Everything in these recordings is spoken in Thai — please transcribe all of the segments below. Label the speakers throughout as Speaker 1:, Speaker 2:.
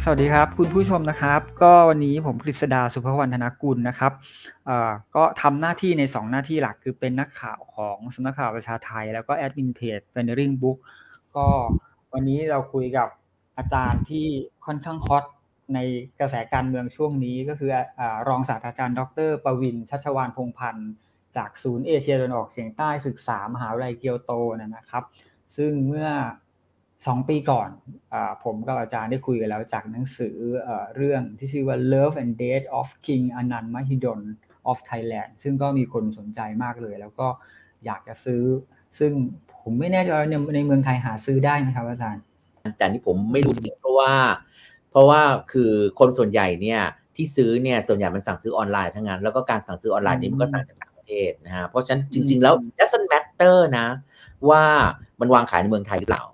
Speaker 1: สวัสดีครับคุณผู้ชมนะครับก็วันนี้ผมกฤษดาสุภวรรณธนกุลนะครับก็ทำหน้าที่ใน2หน้าที่หลักคือเป็นนักข่าวของสำนักข่าวประชาไทยแล้วก็แอดมินเพจ Pioneering Book ก็วันนี้เราคุยกับอาจารย์ที่ค่อนข้างฮอตในกระแสการเมืองช่วงนี้ก็คือรองศาสตราจารย์ดรประวินชัชวาลพงษ์พันธ์จากศูนย์เอเชียตะวันออกเฉียงใต้ศึกษามหาวิทยาลัยเกียวโตนะครับซึ่งเมื่อ2ปีก่อนผมกับอาจารย์ได้คุยกันแล้วจากหนังสือเรื่องที่ชื่อว่า Love and Death of King Anand Mahidol of Thailand ซึ่งก็มีคนสนใจมากเลยแล้วก็อยากจะซื้อซึ่งผมไม่แน่ใจว่าในเมืองไทยหาซื้อได้ไหมครับอาจารย์
Speaker 2: แต่นี่ผมไม่รู้จริงๆเพราะว่าคือคนส่วนใหญ่เนี่ยที่ซื้อเนี่ยส่วนใหญ่มันสั่งซื้อออนไลน์ทั้งนั้นแล้วก็การสั่งซื้อออนไลน์นี้มันก็สั่งจากต่างประเทศนะฮะเพราะฉะนั้นจริงๆแล้ว doesn't matter นะว่ามันวางขายในเมืองไทยหรือเปล่า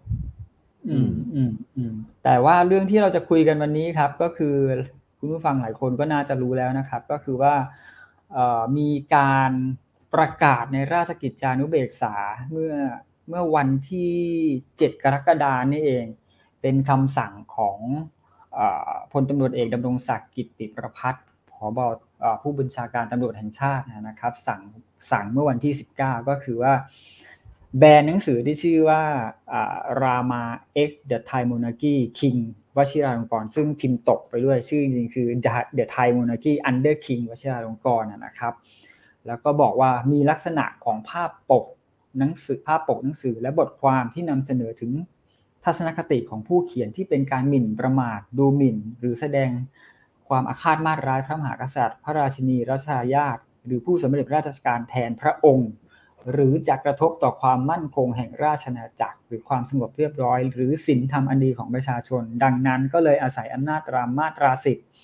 Speaker 1: แต่ว่าเรื่องที่เราจะคุยกันวันนี้ครับก็คือคุณผู้ฟังหลายคนก็น่าจะรู้แล้วนะครับก็คือว่ามีการประกาศในราชกิจจานุเบกษาเมื่อวันที่7กรกฎาคมนี่เองเป็นคำสั่งของพลตำรวจเอกดำรงศักดิ์กิตติประภัสผบ.ผู้บัญชาการตำรวจแห่งชาตินะครับสั่งเมื่อวันที่19ก็คือว่าแบนหนังสือที่ชื่อว่าRama X The Thai Monarchy King วชิราลงกรณ์ซึ่งพิมพ์ตกไปด้วยชื่อจริงๆคือ The Thai Monarchy Under King วชิราลงกรณ์นะครับแล้วก็บอกว่ามีลักษณะของภาพปกหนังสือและบทความที่นำเสนอถึงทัศนคติของผู้เขียนที่เป็นการหมิ่นประมาทดูหมิ่นหรือแสดงความอาฆาตมาตร้ายพระมหากษัตริย์พระราชินีรัชทายาทหรือผู้สำเร็จราชการแทนพระองค์หรือจะกระทบต่อความมั่นคงแห่งราชอาณาจักรหรือความสงบเรียบร้อยหรือศีลธรรมอันดีของประชาชนดังนั้นก็เลยอาศัยอำนาจตามมาตรา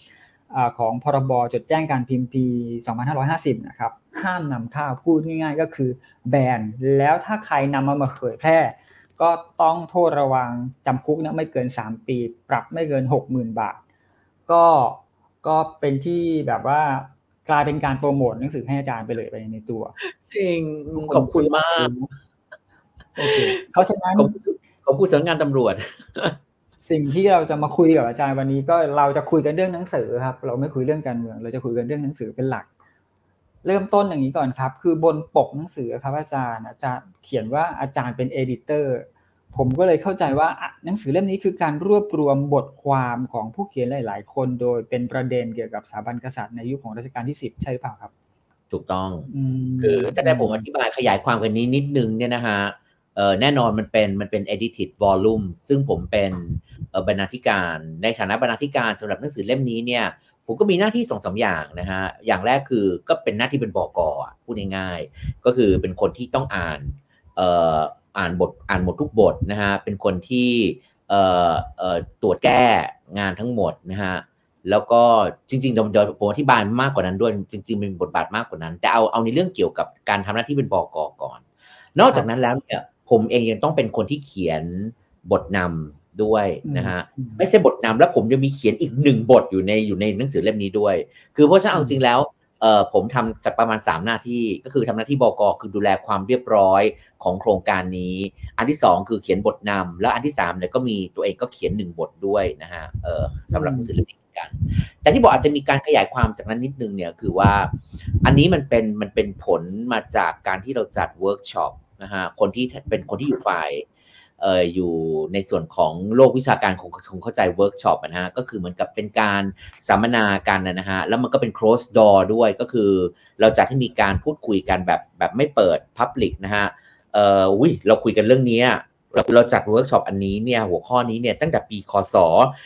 Speaker 1: 10ของพรบจดแจ้งการพิมพ์ปี2550นะครับห้ามนำเข้าพูดง่ายๆก็คือแบนแล้วถ้าใครนำมาเผยแพร่ก็ต้องโทษระวังจำคุกไม่เกิน3ปีปรับไม่เกิน 60,000 บาทก็เป็นที่แบบว่ากลายเป็นการโปรโมทหนังสือให้อาจารย์ไปเลยไปในตัว
Speaker 2: จริงขอบคุณมาก
Speaker 1: โอเคเพราะฉะนั้น
Speaker 2: ขอบคุณสำนักงานตำรวจ
Speaker 1: สิ่งที่เราจะมาคุยกับอาจารย์วันนี้ก็เราจะคุยกันเรื่องหนังสือครับเราไม่คุยเรื่องการเมืองเราจะคุยกันเรื่องหนังสือเป็นหลักเริ่มต้นอย่างนี้ก่อนครับคือบนปกหนังสือครับอาจารย์เขียนว่าอาจารย์เป็นเอดิเตอร์ผมก็เลยเข้าใจว่าหนังสือเล่มนี้คือการรวบรวมบทความของผู้เขียนหลายๆคนโดยเป็นประเด็นเกี่ยวกับสถาบันกษัตริย์ในยุคของรัชกาลที่10ใช่หรือเปล่าครับ
Speaker 2: ถูกต้องคือแต่ผมอธิบายขยายความกันนี้นิดนึงเนี่ยนะฮะแน่นอนมันเป็น edited volume ซึ่งผมเป็นบรรณาธิการในฐานะบรรณาธิการสำหรับหนังสือเล่มนี้เนี่ยผมก็มีหน้าที่ 2-3 อย่างนะฮะอย่างแรกคือก็เป็นหน้าที่เป็นบก.พูดง่ายๆก็คือเป็นคนที่ต้องอ่านหมดทุกบทนะฮะเป็นคนที่ตรวจแก้งานทั้งหมดนะฮะแล้วก็จริงๆเดี๋ยวผมอธิบายมากกว่านั้นด้วยจริงๆมีบทบาทมากกว่านั้นแต่เอาในเรื่องเกี่ยวกับการทำหน้าที่เป็นบก.ก่อนนอกจากนั้นแล้วเนี่ยผมเองยังต้องเป็นคนที่เขียนบทนำด้วยนะฮะไม่ใช่บทนำแล้วผมยังมีเขียนอีก1บทอยู่ในหนังสือเล่มนี้ด้วยคือเพราะฉะนั้นเอาจริงแล้วผมทำจากประมาณ3หน้าที่ก็คือทำหน้าที่บก.คือดูแลความเรียบร้อยของโครงการนี้อันที่2คือเขียนบทนำแล้วอันที่3เนี่ยก็มีตัวเองก็เขียน1บทด้วยนะฮะสำหรับหนังสือเล่มนี้กันแต่ที่บอกอาจจะมีการขยายความจากนั้นนิดนึงเนี่ยคือว่าอันนี้มันเป็นผลมาจากการที่เราจัดเวิร์กช็อปนะฮะคนที่อยู่ฝ่ายอยู่ในส่วนของโลกวิชาการคงเข้าใจเวิร์กช็อปนะฮะก็คือเหมือนกับเป็นการสัมมนากันนะฮะแล้วมันก็เป็น closed door ด้วยก็คือเราจัดให้มีการพูดคุยกันแบบไม่เปิด public นะฮะเราคุยกันเรื่องนี้เราจัดเวิร์กช็อปอันนี้เนี่ยหัวข้อนี้เนี่ยตั้งแต่ปีคศ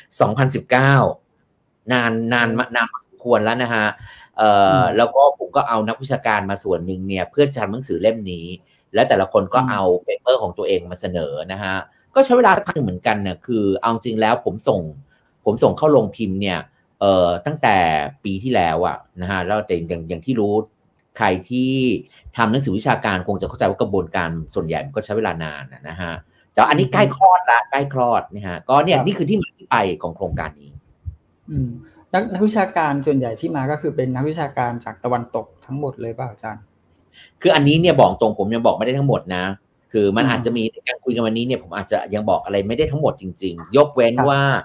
Speaker 2: 2019นานพอสมควรแล้วนะฮะแล้วก็ผมก็เอานักวิชาการมาส่วนหนึ่งเนี่ยเพื่อทำหนังสือเล่มนี้แล้วแต่ละคนก็เอาเปเปอร์ของตัวเองมาเสนอนะฮะก็ใช้เวลาสักพักเหมือนกันเนี่ยคือเอาจริงแล้วผมส่งเข้าลงพิมพ์เนี่ยตั้งแต่ปีที่แล้วอะนะฮะแล้วแต่อย่างที่รู้ใครที่ทำหนังสือวิชาการคงจะเข้าใจว่ากระบวนการส่วนใหญ่มันก็ใช้เวลานานนะฮะแต่อันนี้ใกล้คลอดนะฮะก็เนี่ยนี่คือที่มาที่ไปของโครงการนี้
Speaker 1: นักวิชาการส่วนใหญ่ที่มาก็คือเป็นนักวิชาการจากตะวันตกทั้งหมดเลยป่ะอาจารย์
Speaker 2: คืออันนี้เนี่ยบอกตรงผมยังบอกไม่ได้ทั้งหมดนะคือมันอาจจะมีในการคุยกันวันนี้เนี่ยผมอาจจะยังบอกอะไรไม่ได้ทั้งหมดจริงๆยกเว้นว่า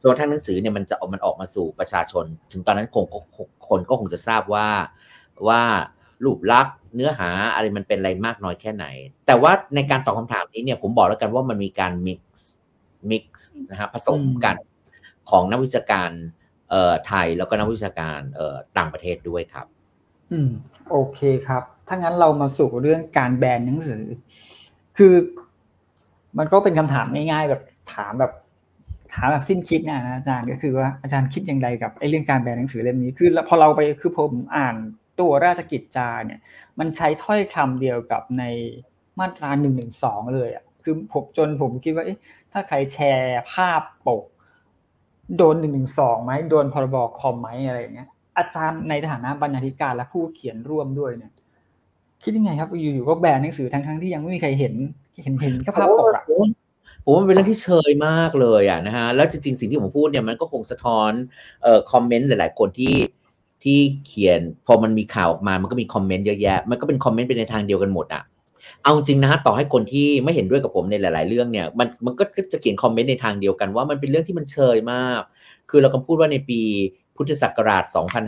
Speaker 2: นทั้งหนังสือเนี่ยมันออกมาสู่ประชาชนถึงตอนนั้นคนก็คงจะทราบว่ารูปลักษณ์เนื้อหาอะไรมันเป็นอะไรมากน้อยแค่ไหนแต่ว่าในการตอบคำถามนี้เนี่ยผมบอกแล้วกันว่ามันมีการ mix นะฮะผสมกันของนักวิชาการไทยแล้วก็นักวิชาการต่างประเทศด้วยครับ
Speaker 1: โอเคครับถ้างั้นเรามาสู่เรื่องการแบนหนังสือคือมันก็เป็นคำถามง่ายๆแบบถามแบบสิ้นคิดนะอาจารย์ก็คือว่าอาจารย์คิดอย่างไรกับไอ้เรื่องการแบนหนังสือเล่มนี้คือพอเราไปคือผมอ่านตัวราชกิจจาเนี่ยมันใช้ถ้อยคำเดียวกับในมาตรา112เลยอ่ะคือผมคิดว่าถ้าใครแชร์ภาพปกโดน112ไหมโดนพรบคอมไหมอะไรอย่างเงี้ยอาจารย์ในฐานะบรรณาธิการและผู้เขียนร่วมด้วยเนี่ยคิดยังไงครับอยู่ๆก็แบนหนังสือทั้งที่ยังไม่มีใครเห็นก็ภาพปกอ่ะ
Speaker 2: ผมว่าเป็นเรื่องที่เชยมากเลยอ่ะนะฮะแล้วจริงๆสิ่งที่ผมพูดเนี่ยมันก็คงสะท้อนคอมเมนต์หลายๆคนที่เขียนพอมันมีข่าวออกมามันก็มีคอมเมนต์เยอะแยะมันก็เป็นคอมเมนต์ไปในทางเดียวกันหมดอ่ะเอาจริงนะฮะต่อให้คนที่ไม่เห็นด้วยกับผมในหลายๆเรื่องเนี่ยมันก็จะเขียนคอมเมนต์ในทางเดียวกันว่ามันเป็นเรื่องที่มันเชยมากคือเราก็พูดว่าในปีพุทธศักราช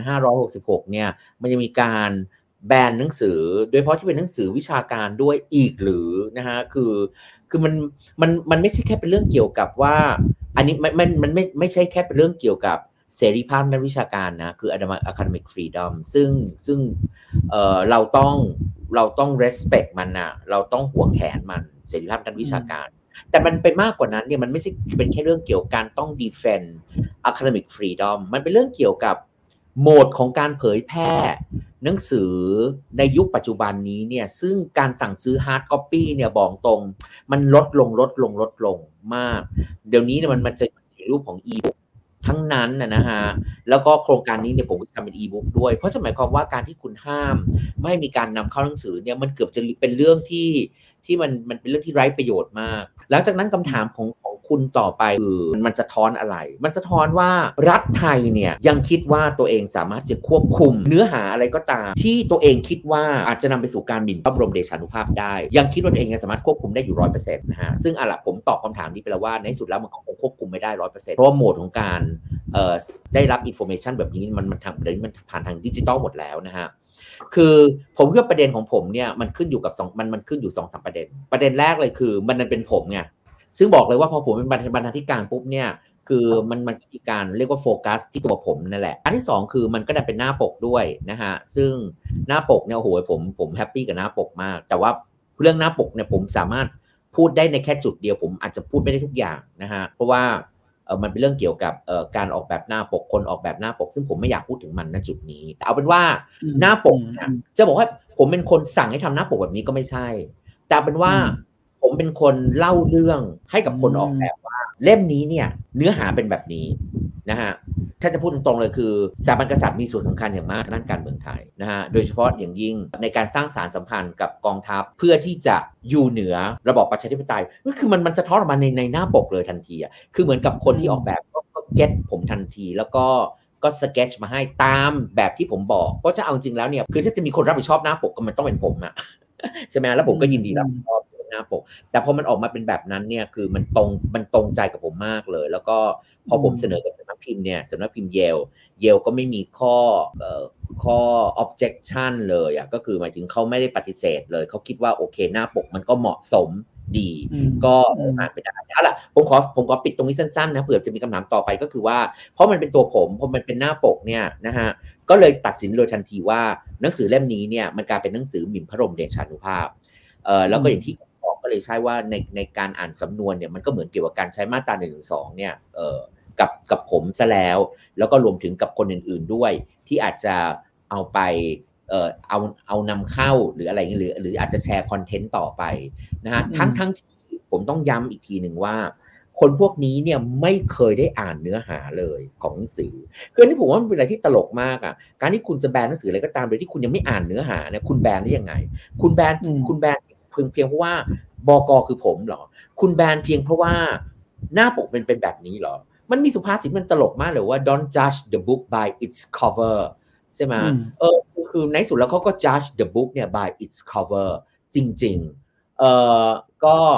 Speaker 2: 2566เนี่ยมันยังมีการแบนหนังสือโดยเฉพาะที่เป็นหนังสือวิชาการด้วยอีกหรือนะฮะคือมันไม่ใช่แค่เป็นเรื่องเกี่ยวกับว่าอันนี้มันไม่ใช่แค่เป็นเรื่องเกี่ยวกับเสรีภาพด้านวิชาการนะคือ academic freedom ซึ่งเราต้อง respect มันนะเราต้องหวงแหนมันเสรีภาพด้านวิชาการแต่มันไปมากกว่านั้นเนี่ยมันไม่ใช่เป็นแค่เรื่องเกี่ยวกับการต้อง defend academic freedom มันเป็นเรื่องเกี่ยวกับโหมดของการเผยแพร่หนังสือในยุคปัจจุบันนี้เนี่ยซึ่งการสั่งซื้อ hard copy เนี่ยบอกตรงมันลดลงมากเดี๋ยวนี้เนี่ยมันจะมีรูปของ e-book ทั้งนั้นนะฮะแล้วก็โครงการนี้เนี่ยผมจะทำเป็น e-book ด้วยเพราะหมายความว่าการที่คุณห้ามไม่ให้มีการนำเข้าหนังสือเนี่ยมันเกือบจะเป็นเรื่องที่มันเป็นเรื่องที่ไร้ประโยชน์มากหลังจากนั้นคำถามของคุณต่อไปคือมันสะท้อนอะไรมันสะท้อนว่ารัฐไทยเนี่ยยังคิดว่าตัวเองสามารถจะควบคุมเนื้อหาอะไรก็ตามที่ตัวเองคิดว่าอาจจะนำไปสู่การหมิ่นพระบรมเดชานุภาพได้ยังคิดว่าตัวเองยังสามารถควบคุมได้อยู่ 100% นะฮะซึ่งผมตอบคำถามนี้ไปแล้วว่าในสุดแล้วมันคงควบคุมไม่ได้ 100% เพราะว่าโหมดของการได้รับอินโฟเมชันแบบนี้มันผ่านทางดิจิตอลหมดแล้วนะฮะคือผมคิดว่าประเด็นของผมเนี่ยมันขึ้นอยู่กับมันขึ้นอยู่ 2-3 ประเด็นแรกเลยคือมันเป็นผมไงซึ่งบอกเลยว่าพอผมเป็นบรรณาธิการปุ๊บเนี่ยคือมันมีการเรียกว่าโฟกัสที่ตัวผมนั่นแหละอันที่2คือมันก็ได้เป็นหน้าปกด้วยนะฮะซึ่งหน้าปกเนี่ยโอ้โหผมแฮปปี้กับหน้าปกมากแต่ว่าเรื่องหน้าปกเนี่ยผมสามารถพูดได้ในแค่จุดเดียวผมอาจจะพูดไม่ได้ทุกอย่างนะฮะเพราะว่ามันเป็นเรื่องเกี่ยวกับการออกแบบหน้าปกคนออกแบบหน้าปกซึ่งผมไม่อยากพูดถึงมันณจุดนี้แต่เอาเป็นว่าหน้าปกเนี่ยจะบอกว่าผมเป็นคนสั่งให้ทำหน้าปกแบบนี้ก็ไม่ใช่แต่เป็นว่าผมเป็นคนเล่าเรื่องให้กับคนออกแบบว่าเล่มนี้เนี่ยเนื้อหาเป็นแบบนี้นะฮะถ้าจะพูดตรงๆเลยคือสถาบันกษัตริย์มีส่วนสำคัญอย่างมากด้านการเมืองไทยนะฮะโดยเฉพาะอย่างยิ่งในการสร้างสารสัมพันธ์กับกองทัพเพื่อที่จะอยู่เหนือระบอบประชาธิปไตยก็คือมันสะท้อนออกมาในหน้าปกเลยทันทีอ่ะคือเหมือนกับคนที่ออกแบบก็เก็ตผมทันทีแล้วก็สเก็ตช์มาให้ตามแบบที่ผมบอกเพราะจะเอาจริงแล้วเนี่ยคือถ้าจะมีคนรับผิดชอบหน้าปกก็มันต้องเป็นผมอะใช่ไหมแล้วผมก็ยินดีรับผิดชอบหน้าปกแต่พอมันออกมาเป็นแบบนั้นเนี่ยคือมันตรงใจกับผมมากเลยแล้วก็พอผมเสนอกับสำนักพิมพ์เนี่ยสำนักพิมพ์เยลก็ไม่มีข้อ objection เลยอ่ะก็คือหมายถึงเขาไม่ได้ปฏิเสธเลยเขาคิดว่าโอเคหน้าปกมันก็เหมาะสมดีก็ผ่านไปได้เอาล่ะผมขอปิดตรงนี้สั้นๆนะเผื่อจะมีคำถามต่อไปก็คือว่าเพราะมันเป็นตัวผมพอมันเป็นหน้าปกเนี่ยนะฮะก็เลยตัดสินเลยทันทีว่าหนังสือเล่มนี้เนี่ยมันกลายเป็นหนังสือหมิ่นพระบรมเดชานุภาพแล้วก็อย่างที่บอกก็เลยใช่ว่าในการอ่านสำนวนเนี่ยมันก็เหมือนเกี่ยวกับการใช้มาตรา112เนี่ยกับผมซะแล้วก็รวมถึงกับคนอื่นๆด้วยที่อาจจะเอาไปเอานำเข้าหรืออะไรอย่างนี้หรืออาจจะแชร์คอนเทนต์ต่อไปนะฮะทั้งที่ผมต้องย้ำอีกทีหนึ่งว่าคนพวกนี้เนี่ยไม่เคยได้อ่านเนื้อหาเลยของหนังสือคือนี่ผมว่ามันเป็นอะไรที่ตลกมากอ่ะการที่คุณจะแบนหนังสืออะไรก็ตามโดยที่คุณยังไม่อ่านเนื้อหาเนี่ยคุณแบนได้ยังไงคุณแบนเพียงเพราะว่าบก.คือผมเหรอคุณแบนเพียงเพราะว่าหน้าปกเป็นแบบนี้เหรอมันมีสุภาษิตมันตลกมากเลยว่า don't judge the book by its cover ใช่ไหมคือในสุดแล้วเขาก็ judge the book เนี่ย by its cover จริงๆก็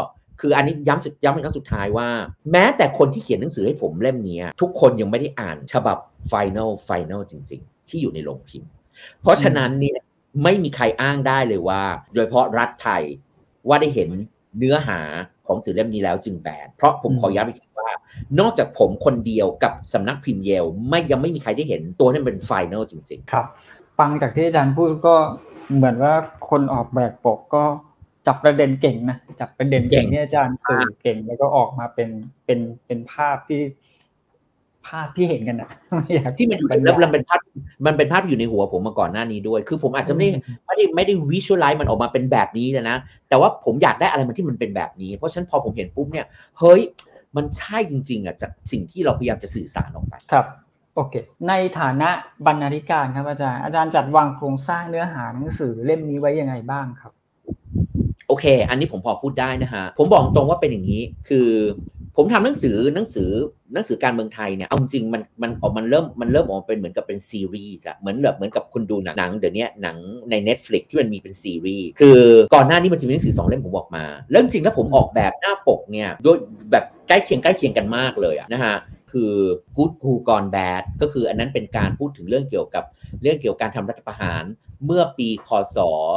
Speaker 2: คืออันนี้ย้ำเป็นครั้งสุดท้ายว่าแม้แต่คนที่เขียนหนังสือให้ผมเล่มนี้ทุกคนยังไม่ได้อ่านฉบับ final จริงๆที่อยู่ในโรงพิมพ์เพราะฉะนั้นเนี่ยไม่มีใครอ้างได้เลยว่าโดยเฉพาะรัฐไทยว่าได้เห็นเนื้อหาของสื่อเล่มนี้แล้วจึงแบนเพราะผมขอย้ำอีกทีว่านอกจากผมคนเดียวกับสำนักพิมพ์เยลยังไม่มีใครได้เห็นตัวนั้นเป็น final จริงๆ
Speaker 1: ครับฟังจากที่อาจารย์พูดก็เหมือนว่าคนออกแบบปกก็จับประเด็นเก่งนะจับประเด็นเก่งที่อาจารย์สื่อเก่งแล้วก็ออกมาเป็นภาพที่เห็นกันนะ
Speaker 2: ที่มันอยู่แล้วมันเป็นภาพอยู่ในหัวผมมาก่อนหน้านี้ด้วยคือผมอาจจะไม่ได้วิชวลไลซ์มันออกมาเป็นแบบนี้นะแต่ว่าผมอยากได้อะไรที่มันเป็นแบบนี้เพราะฉะนั้นพอผมเห็นปุ๊บเนี่ยเฮ้ยมันใช่จริงๆจากสิ่งที่เราพยายามจะสื่อสารออกไป
Speaker 1: ครับโอเคในฐานะบรรณาธิการครับอาจารย์จัดวางโครงสร้างเนื้อหาหนังสือเล่มนี้ไว้ยังไงบ้างครับ
Speaker 2: โอเคอันนี้ผมพอพูดได้นะฮะผมบอกตรงว่าเป็นอย่างนี้คือผมทำหนังสือการเมืองไทยเนี่ยเอาจริงมันเริ่มออกเป็นเหมือนกับเป็นซีรีส์อะเหมือนกับคุณดูหนังเดี๋ยวนี้หนังใน Netflix ที่มันมีเป็นซีรีส์คือก่อนหน้านี้มันจะมีหนังสือ2เล่มผมออกมาแล้วจริงแล้วผมออกแบบหน้าปกเนี่ยด้วยแบบใกล้เคียงกันมากเลยอะนะฮะคือ Good Cool Gone Bad ก็คืออันนั้นเป็นการพูดถึงเรื่องเกี่ยวกับการทำรัฐประหารเมื่อปีคศ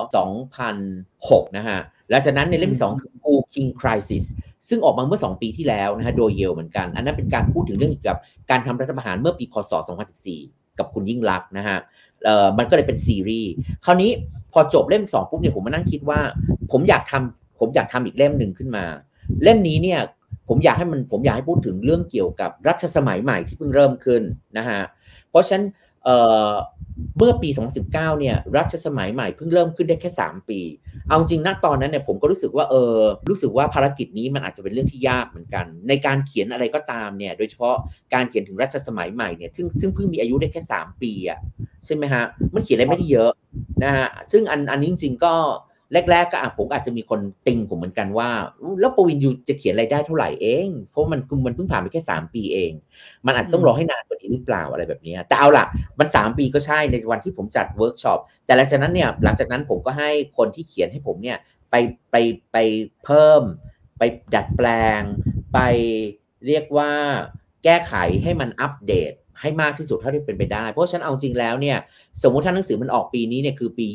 Speaker 2: 2006นะฮะหลังจากนั้นในเล่มที่2คือ Cool King Crisis ซึ่งออกมาเมื่อ2ปีที่แล้วนะฮะโดยเยลเหมือนกันอันนั้นเป็นการพูดถึงเรื่องเกี่ยวกับการทำรัฐประหารเมื่อปีคศ2014กับคุณยิ่งลักษณ์นะฮะมันก็เลยเป็นซีรีส์คราวนี้พอจบเล่ม2ปุ๊บเนี่ยผมมานั่งคิดว่าผมอยากทำอีกเล่มหนึ่งขึ้นมาเล่มนี้เนี่ยผมอยากให้พูดถึงเรื่องเกี่ยวกับรัชสมัยใหม่ที่เพิ่งเริ่มขึ้นนะฮะเพราะฉะนั้นเมื่อปี2019เนี่ยรัชสมัยใหม่เพิ่งเริ่มขึ้นได้แค่3ปีเอาจริงณตอนนั้นเนี่ยผมก็รู้สึกว่าภารกิจนี้มันอาจจะเป็นเรื่องที่ยากเหมือนกันในการเขียนอะไรก็ตามเนี่ยโดยเฉพาะการเขียนถึงรัชสมัยใหม่เนี่ยซึ่งเพิ่งมีอายุได้แค่3ปีอ่ะใช่ไหมฮะมันเขียนอะไรไม่ได้เยอะนะฮะซึ่งอันนี้จริงๆก็แรกๆก็ผมอาจจะมีคนติงผมเหมือนกันว่าแล้วปวินยูจะเขียนอะไรได้เท่าไหร่เองเพราะมันเพิ่งผ่านไปแค่3ปีเองมันอาจจะต้องรอให้นานกว่านี้หรือเปล่าอะไรแบบนี้แต่เอาล่ะมัน3ปีก็ใช่ในวันที่ผมจัดเวิร์กช็อปแต่หลังจากนั้นผมก็ให้คนที่เขียนให้ผมเนี่ยไปเพิ่มไปดัดแปลงไปเรียกว่าแก้ไขให้มันอัปเดตให้มากที่สุดเท่าที่เป็นไปได้เพราะฉะนั้นเอาจริงแล้วเนี่ยสมมุติถ้าหนังสือมันออกปีนี้เนี่ยคือปี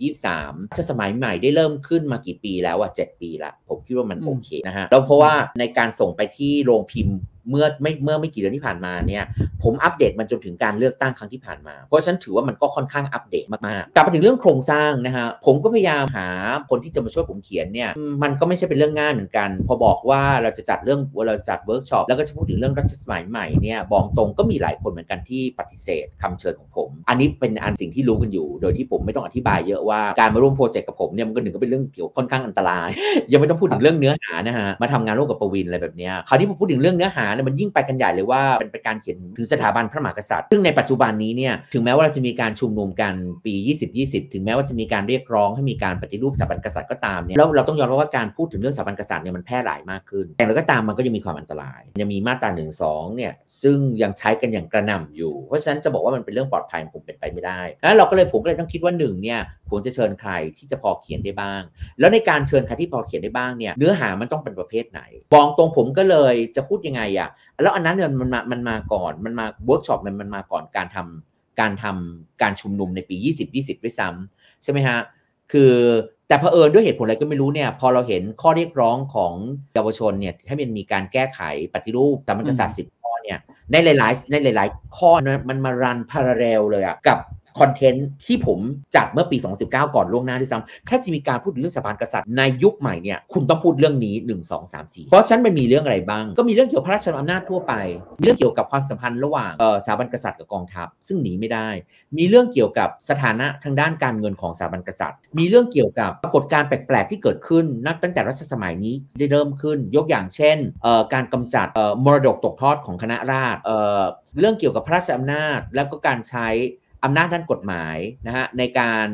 Speaker 2: 2023รัชสมัยใหม่ได้เริ่มขึ้นมากี่ปีแล้ว7 ปีละผมคิดว่ามันโอเคนะฮะแล้วเพราะว่าในการส่งไปที่โรงพิมพ์เมื่อไม่กี่เดือนที่ผ่านมาเนี่ยผมอัปเดตมันจนถึงการเลือกตั้งครั้งที่ผ่านมาเพราะฉะนั้นถือว่ามันก็ค่อนข้างอัปเดตมากๆกลับมาถึงเรื่องโครงสร้างนะฮะผมก็พยายามหาคนที่จะมาช่วยผมเขียนเนี่ยมันก็ไม่ใช่เป็นเรื่องง่ายเหมือนกันพอบอกว่าเราจะจัดเวิร์กช็อปแล้วก็จะพูดถึงเรื่องรัชสมัยใหม่เนี่ยบอกตรงก็มีหลายคนเหมือนกันที่ปฏิเสธคำเชิญของผมอันนี้เป็นสิ่งที่รู้กันอยู่โดยที่ผมไม่ต้องอธิบายเยอะว่าการมาร่วมโปรเจกต์กับผมเนี่ยมันก็เป็นเรื่องเกี่ยวค่อนข้างอันตรายยังไม่ต้องพูดถึงเรื่องเนื้อหานะฮะมาทำงานร่วมกับปวินอะไรแบบนี้คราวนี้พอพูดถึงเรื่องเนื้อหาเนี่ยมันยิ่งไปกันใหญ่เลยว่าเป็นการเขียนถึงสถาบันพระมหากษัตริย์ซึ่งในปัจจุบันนี้เนี่ยถึงแม้ว่าเราจะมีการชุมนุมกันปี2020ถึงแม้ว่าจะมีการเรียกร้องให้มีการปฏิรูปสถาบันกษัตริย์ก็ตามเนี่ยแล้วเราต้องยอมรับว่าการพูดถึงเรื่องสถาบันกษัตริย์เนี่ยมันแพร่หลายมากขึ้นแต่แล้วก็ตามมันก็ยังมีความอันตรายยังมีมาตรา1-2เนี่ยซึ่งยังใช้กันอย่างกระหน่ำอยู่เพราะฉะนั้นจะบอกว่ามันเป็นเรื่องปลอดภัยผมเป็นไปไม่ได้แล้วผมก็เลยต้องคิดว่า1เนี่ยผมจะเชิญใครที่จะพอเขียนได้บ้างแล้วในการเชิญใครที่พอเขียนได้บ้างเนี่ยเนื้อหามันต้องเป็นประเภทไหนบอกตรงผมก็เลยจะพูดยังไงอ่ะแล้วอันนั้นเนี่ยมันมาก่อนมันมาเวิร์กช็อปมันมาก่อนการทำการชุมนุมในปี2020ด้วยซ้ำใช่ไหมฮะคือแต่เผอิญด้วยเหตุผลอะไรก็ไม่รู้เนี่ยพอเราเห็นข้อเรียกร้องของเยาวชนเนี่ยให้มันมีการแก้ไขปฏิรูปสถาบันกษัตริย์10 ข้อเนี่ยในหลายข้อมันมารันพาราเรลเลยอ่ะกับคอนเทนต์ที่ผมจัดเมื่อปี2019ก่อนล่วงหน้าด้วยซ้ำถ้าจะมีการพูดถึงเรื่องสถาบันกษัตริย์ในยุคใหม่เนี่ยคุณต้องพูดเรื่องนี้1 2 3 4เพราะฉะนั้นมันมีเรื่องอะไรบ้างก็มีเรื่องเกี่ยวกับพระราชอำนาจทั่วไปมีเรื่องเกี่ยวกับความสัมพันธ์ระหว่างสถาบันกษัตริย์กับกองทัพซึ่งหนีไม่ได้มีเรื่องเกี่ยวกับสถานะทางด้านการเงินของสถาบันกษัตริย์มีเรื่องเกี่ยวกับปรากฏการณ์แปลกๆที่เกิดขึ้นนับตั้งแต่รัชสมัยนี้ได้เริ่มขึ้นยกอย่างเช่นการกำจัดมรดกตกทอดของคณะราษฎรเรื่องเกี่ยวกับพระราชอำนาจแล้วก็การใช้อำนาจด้านกฎหมายนะฮะในการ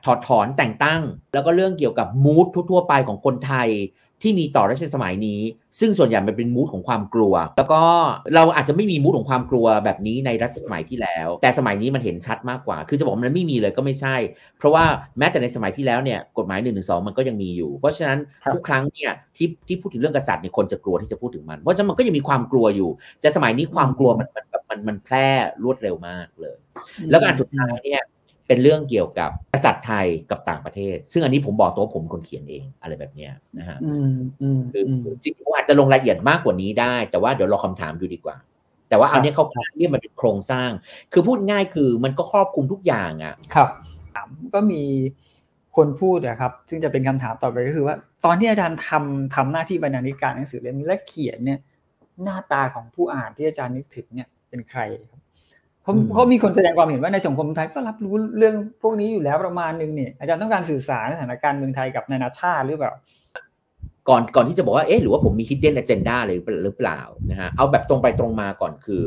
Speaker 2: ถอดถอนแต่งตั้งแล้วก็เรื่องเกี่ยวกับมูดทั่วๆไปของคนไทยที่มีต่อรัชสมัยนี้ซึ่งส่วนใหญ่มันเป็นมูดของความกลัวแล้วก็เราอาจจะไม่มีมูดของความกลัวแบบนี้ในรัชสมัยที่แล้วแต่สมัยนี้มันเห็นชัดมากกว่าคือจะบอกมันไม่มีเลยก็ไม่ใช่เพราะว่าแม้แต่ในสมัยที่แล้วเนี่ยกฎหมาย112มันก็ยังมีอยู่เพราะฉะนั้นทุกครั้งเนี่ยที่พูดถึงเรื่องกษัตริย์เนี่ยคนจะกลัวที่จะพูดถึงมันเพราะฉะนั้นมันก็ยังมีความกลัวอยู่แต่สมัยนี้ความกลัวมันแพร่รวดเร็วมากเลยแล้วก็อันสุดท้ายเนี่ยเป็นเรื่องเกี่ยวกับกษัตริย์ไทยกับต่างประเทศซึ่งอันนี้ผมบอกตัวผมคนเขียนเองอะไรแบบนี้นะฮะคือจริงๆผมอาจจะลงรายละเอียดมากกว่านี้ได้แต่ว่าเดี๋ยวรอคำถามดูดีกว่าแต่ว่าเอาเนี้ยเขาเนี่ยมันเป็นโครงสร้างคือพูดง่ายคือมันก็ครอบคลุมทุกอย่างอ่ะ
Speaker 1: ครับก็มีคนพูดนะครับซึ่งจะเป็นคำถามต่อไปก็คือว่าตอนที่อาจารย์ทำหน้าที่บรรณาธิการหนังสือเล่มนี้และเขียนเนี่ยหน้าตาของผู้อ่านที่อาจารย์นึกถึงเนี่ยเป็นใครครับเขามีคนแสดงความเห็นว่าในสังคมไทยก็รับรู้เรื่องพวกนี้อยู่แล้วประมาณนึงเนี่ยอาจารย์ต้องการสื่อสารสถานการณ์เมืองไทยกับนานาชาติหรือเปล่า
Speaker 2: ก่อนที่จะบอกว่าหรือว่าผมมี hidden agenda เลยหรือเปล่านะฮะเอาแบบตรงไปตรงมาก่อนคือ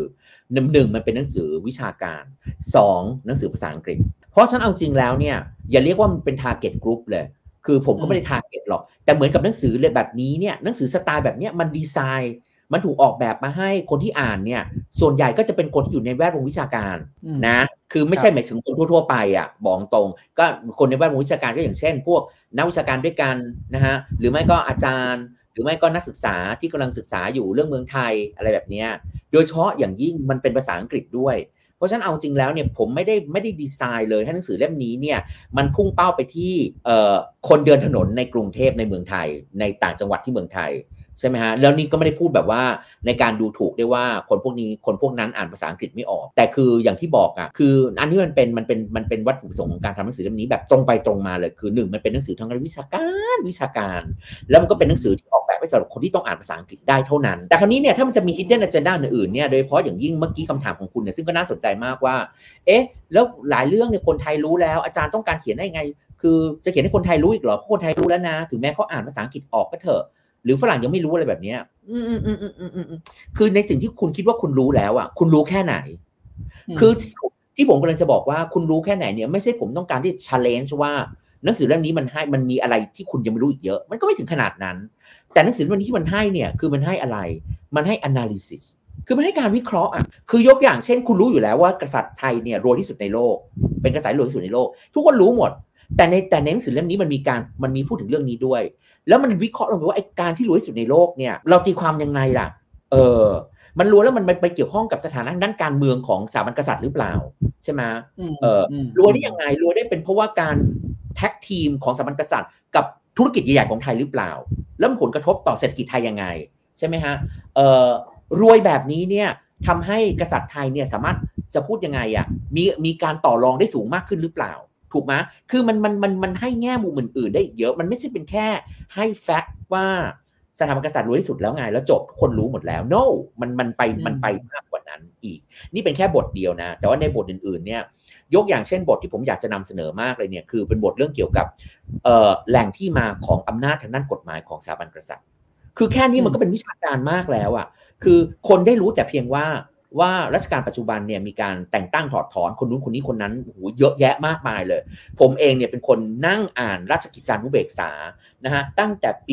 Speaker 2: 1มันเป็นหนังสือวิชาการ2หนังสือภาษาอังกฤษเพราะฉะนั้นเอาจริงแล้วเนี่ยอย่าเรียกว่ามันเป็น target group เลยคือผมก็ไม่ได้ target หรอกแต่เหมือนกับหนังสือเลยแบบนี้เนี่ยหนังสือสไตล์แบบนี้มันดีไซน์มันถูกออกแบบมาให้คนที่อ่านเนี่ยส่วนใหญ่ก็จะเป็นคนที่อยู่ในแวดวงวิชาการนะคือไม่ใช่หมายถึงคนทั่วๆไปอ่ะบอกตรงก็คนในแวดวงวิชาการก็อย่างเช่นพวกนักวิชาการด้วยกันนะฮะหรือไม่ก็อาจารย์หรือไม่ก็นักศึกษาที่กำลังศึกษาอยู่เรื่องเมืองไทยอะไรแบบนี้โดยเฉพาะอย่างยิ่งมันเป็นภาษาอังกฤษด้วยเพราะฉะนั้นเอาจริงแล้วเนี่ยผมไม่ได้ดีไซน์เลยให้หนังสือเล่มนี้เนี่ยมันพุ่งเป้าไปที่คนเดินถนนในกรุงเทพในเมืองไทยในต่างจังหวัดที่เมืองไทยใช่ไหมฮะแล้วนี่ก็ไม่ได้พูดแบบว่าในการดูถูกได้ว่าคนพวกนี้คนพวกนั้นอ่านภาษาอังกฤษไม่ออกแต่คืออย่างที่บอกอ่ะคืออันนี้มันเป็นวัตถุประสงค์ของการทำหนังสือเล่มนี้แบบตรงไปตรงมาเลยคือ1มันเป็นหนังสือทางวิชาการแล้วมันก็เป็นหนังสือที่ออกแบบไว้สำหรับคนที่ต้องอ่านภาษาอังกฤษได้เท่านั้นแต่คราวนี้เนี่ยถ้ามันจะมี hidden agenda อื่นๆเนี่ยโดยเฉพาะอย่างยิ่งเมื่อกี้คำถามของคุณเนี่ยซึ่งก็น่าสนใจมากว่าแล้วหลายเรื่องเนี่ยคนไทยรู้แล้วอาจารย์ต้องการเขียนได้ไงคือจะเขียนให้คนไทยรู้อีกเหรอเพราะคนไทยรู้แล้วนะถึงแม้เขาอ่านภาษาอังกฤษออกก็เถอะหรือฝรั่งยังไม่รู้อะไรแบบนี้คือในสิ่งที่คุณคิดว่าคุณรู้แล้วอ่ะคุณรู้แค่ไหนคือที่ผมกำลังจะบอกว่าคุณรู้แค่ไหนเนี่ยไม่ใช่ผมต้องการที่ challenge ว่าหนังสือเล่มนี้มันมีอะไรที่คุณยังไม่รู้อีกเยอะมันก็ไม่ถึงขนาดนั้นแต่หนังสือเล่มนี้ที่มันให้เนี่ยคือมันให้อะไรมันให้ analysis คือมันให้การวิเคราะห์อ่ะคือยกอย่างเช่นคุณรู้อยู่แล้วว่ากษัตริย์ไทยเนี่ยรวยที่สุดในโลกเป็นกษัตริย์รวยที่สุดในโลกทุกคนรู้หมดแต่ในหนังสือเล่มนี้มันมีพูดถึงเรื่องนี้ด้วยแล้วมันวิเคราะห์ลงไปว่าไอ้การที่รวยที่สุดในโลกเนี่ยเราตีความยังไงล่ะมันรวยแล้วมันไปเกี่ยวข้องกับสถานะด้านการเมืองของสถาบันกษัตริย์หรือเปล่าใช่ไหมรวยได้ยังไงรวยได้เป็นเพราะว่าการแท็กทีมของสถาบันกษัตริย์กับธุรกิจใหญ่ๆของไทยหรือเปล่าแล้วมันผลกระทบต่อเศรษฐกิจไทยยังไงใช่ไหมฮะรวยแบบนี้เนี่ยทำให้กษัตริย์ไทยเนี่ยสามารถจะพูดยังไงอ่ะมีการต่อรองได้สูงมากขึ้นหรือเปล่าถูกไหมคือมันให้แง่มุมอื่นๆได้อีกเยอะมันไม่ใช่เป็นแค่ให้แฟกต์ว่าสถาบันกษัตริย์รวยที่สุดแล้วไงแล้วจบทุกคนรู้หมดแล้ว no มันไปมากกว่านั้นอีกนี่เป็นแค่บทเดียวนะแต่ว่าในบทอื่นๆเนี่ยยกอย่างเช่นบทที่ผมอยากจะนำเสนอมากเลยเนี่ยคือเป็นบทเรื่องเกี่ยวกับแหล่งที่มาของอำนาจทางด้านกฎหมายของสถาบันกษัตริย์คือแค่นี้มันก็เป็นวิชาการมากแล้วอ่ะคือคนได้รู้แต่เพียงว่ารัชกาลปัจจุบันเนี่ยมีการแต่งตั้งถอดถอนคนนู้นคนนี้คนนั้นโอ้โหเยอะแยะมากมายเลยผมเองเนี่ยเป็นคนนั่งอ่านราชกิจจานุเบกษานะฮะตั้งแต่ปี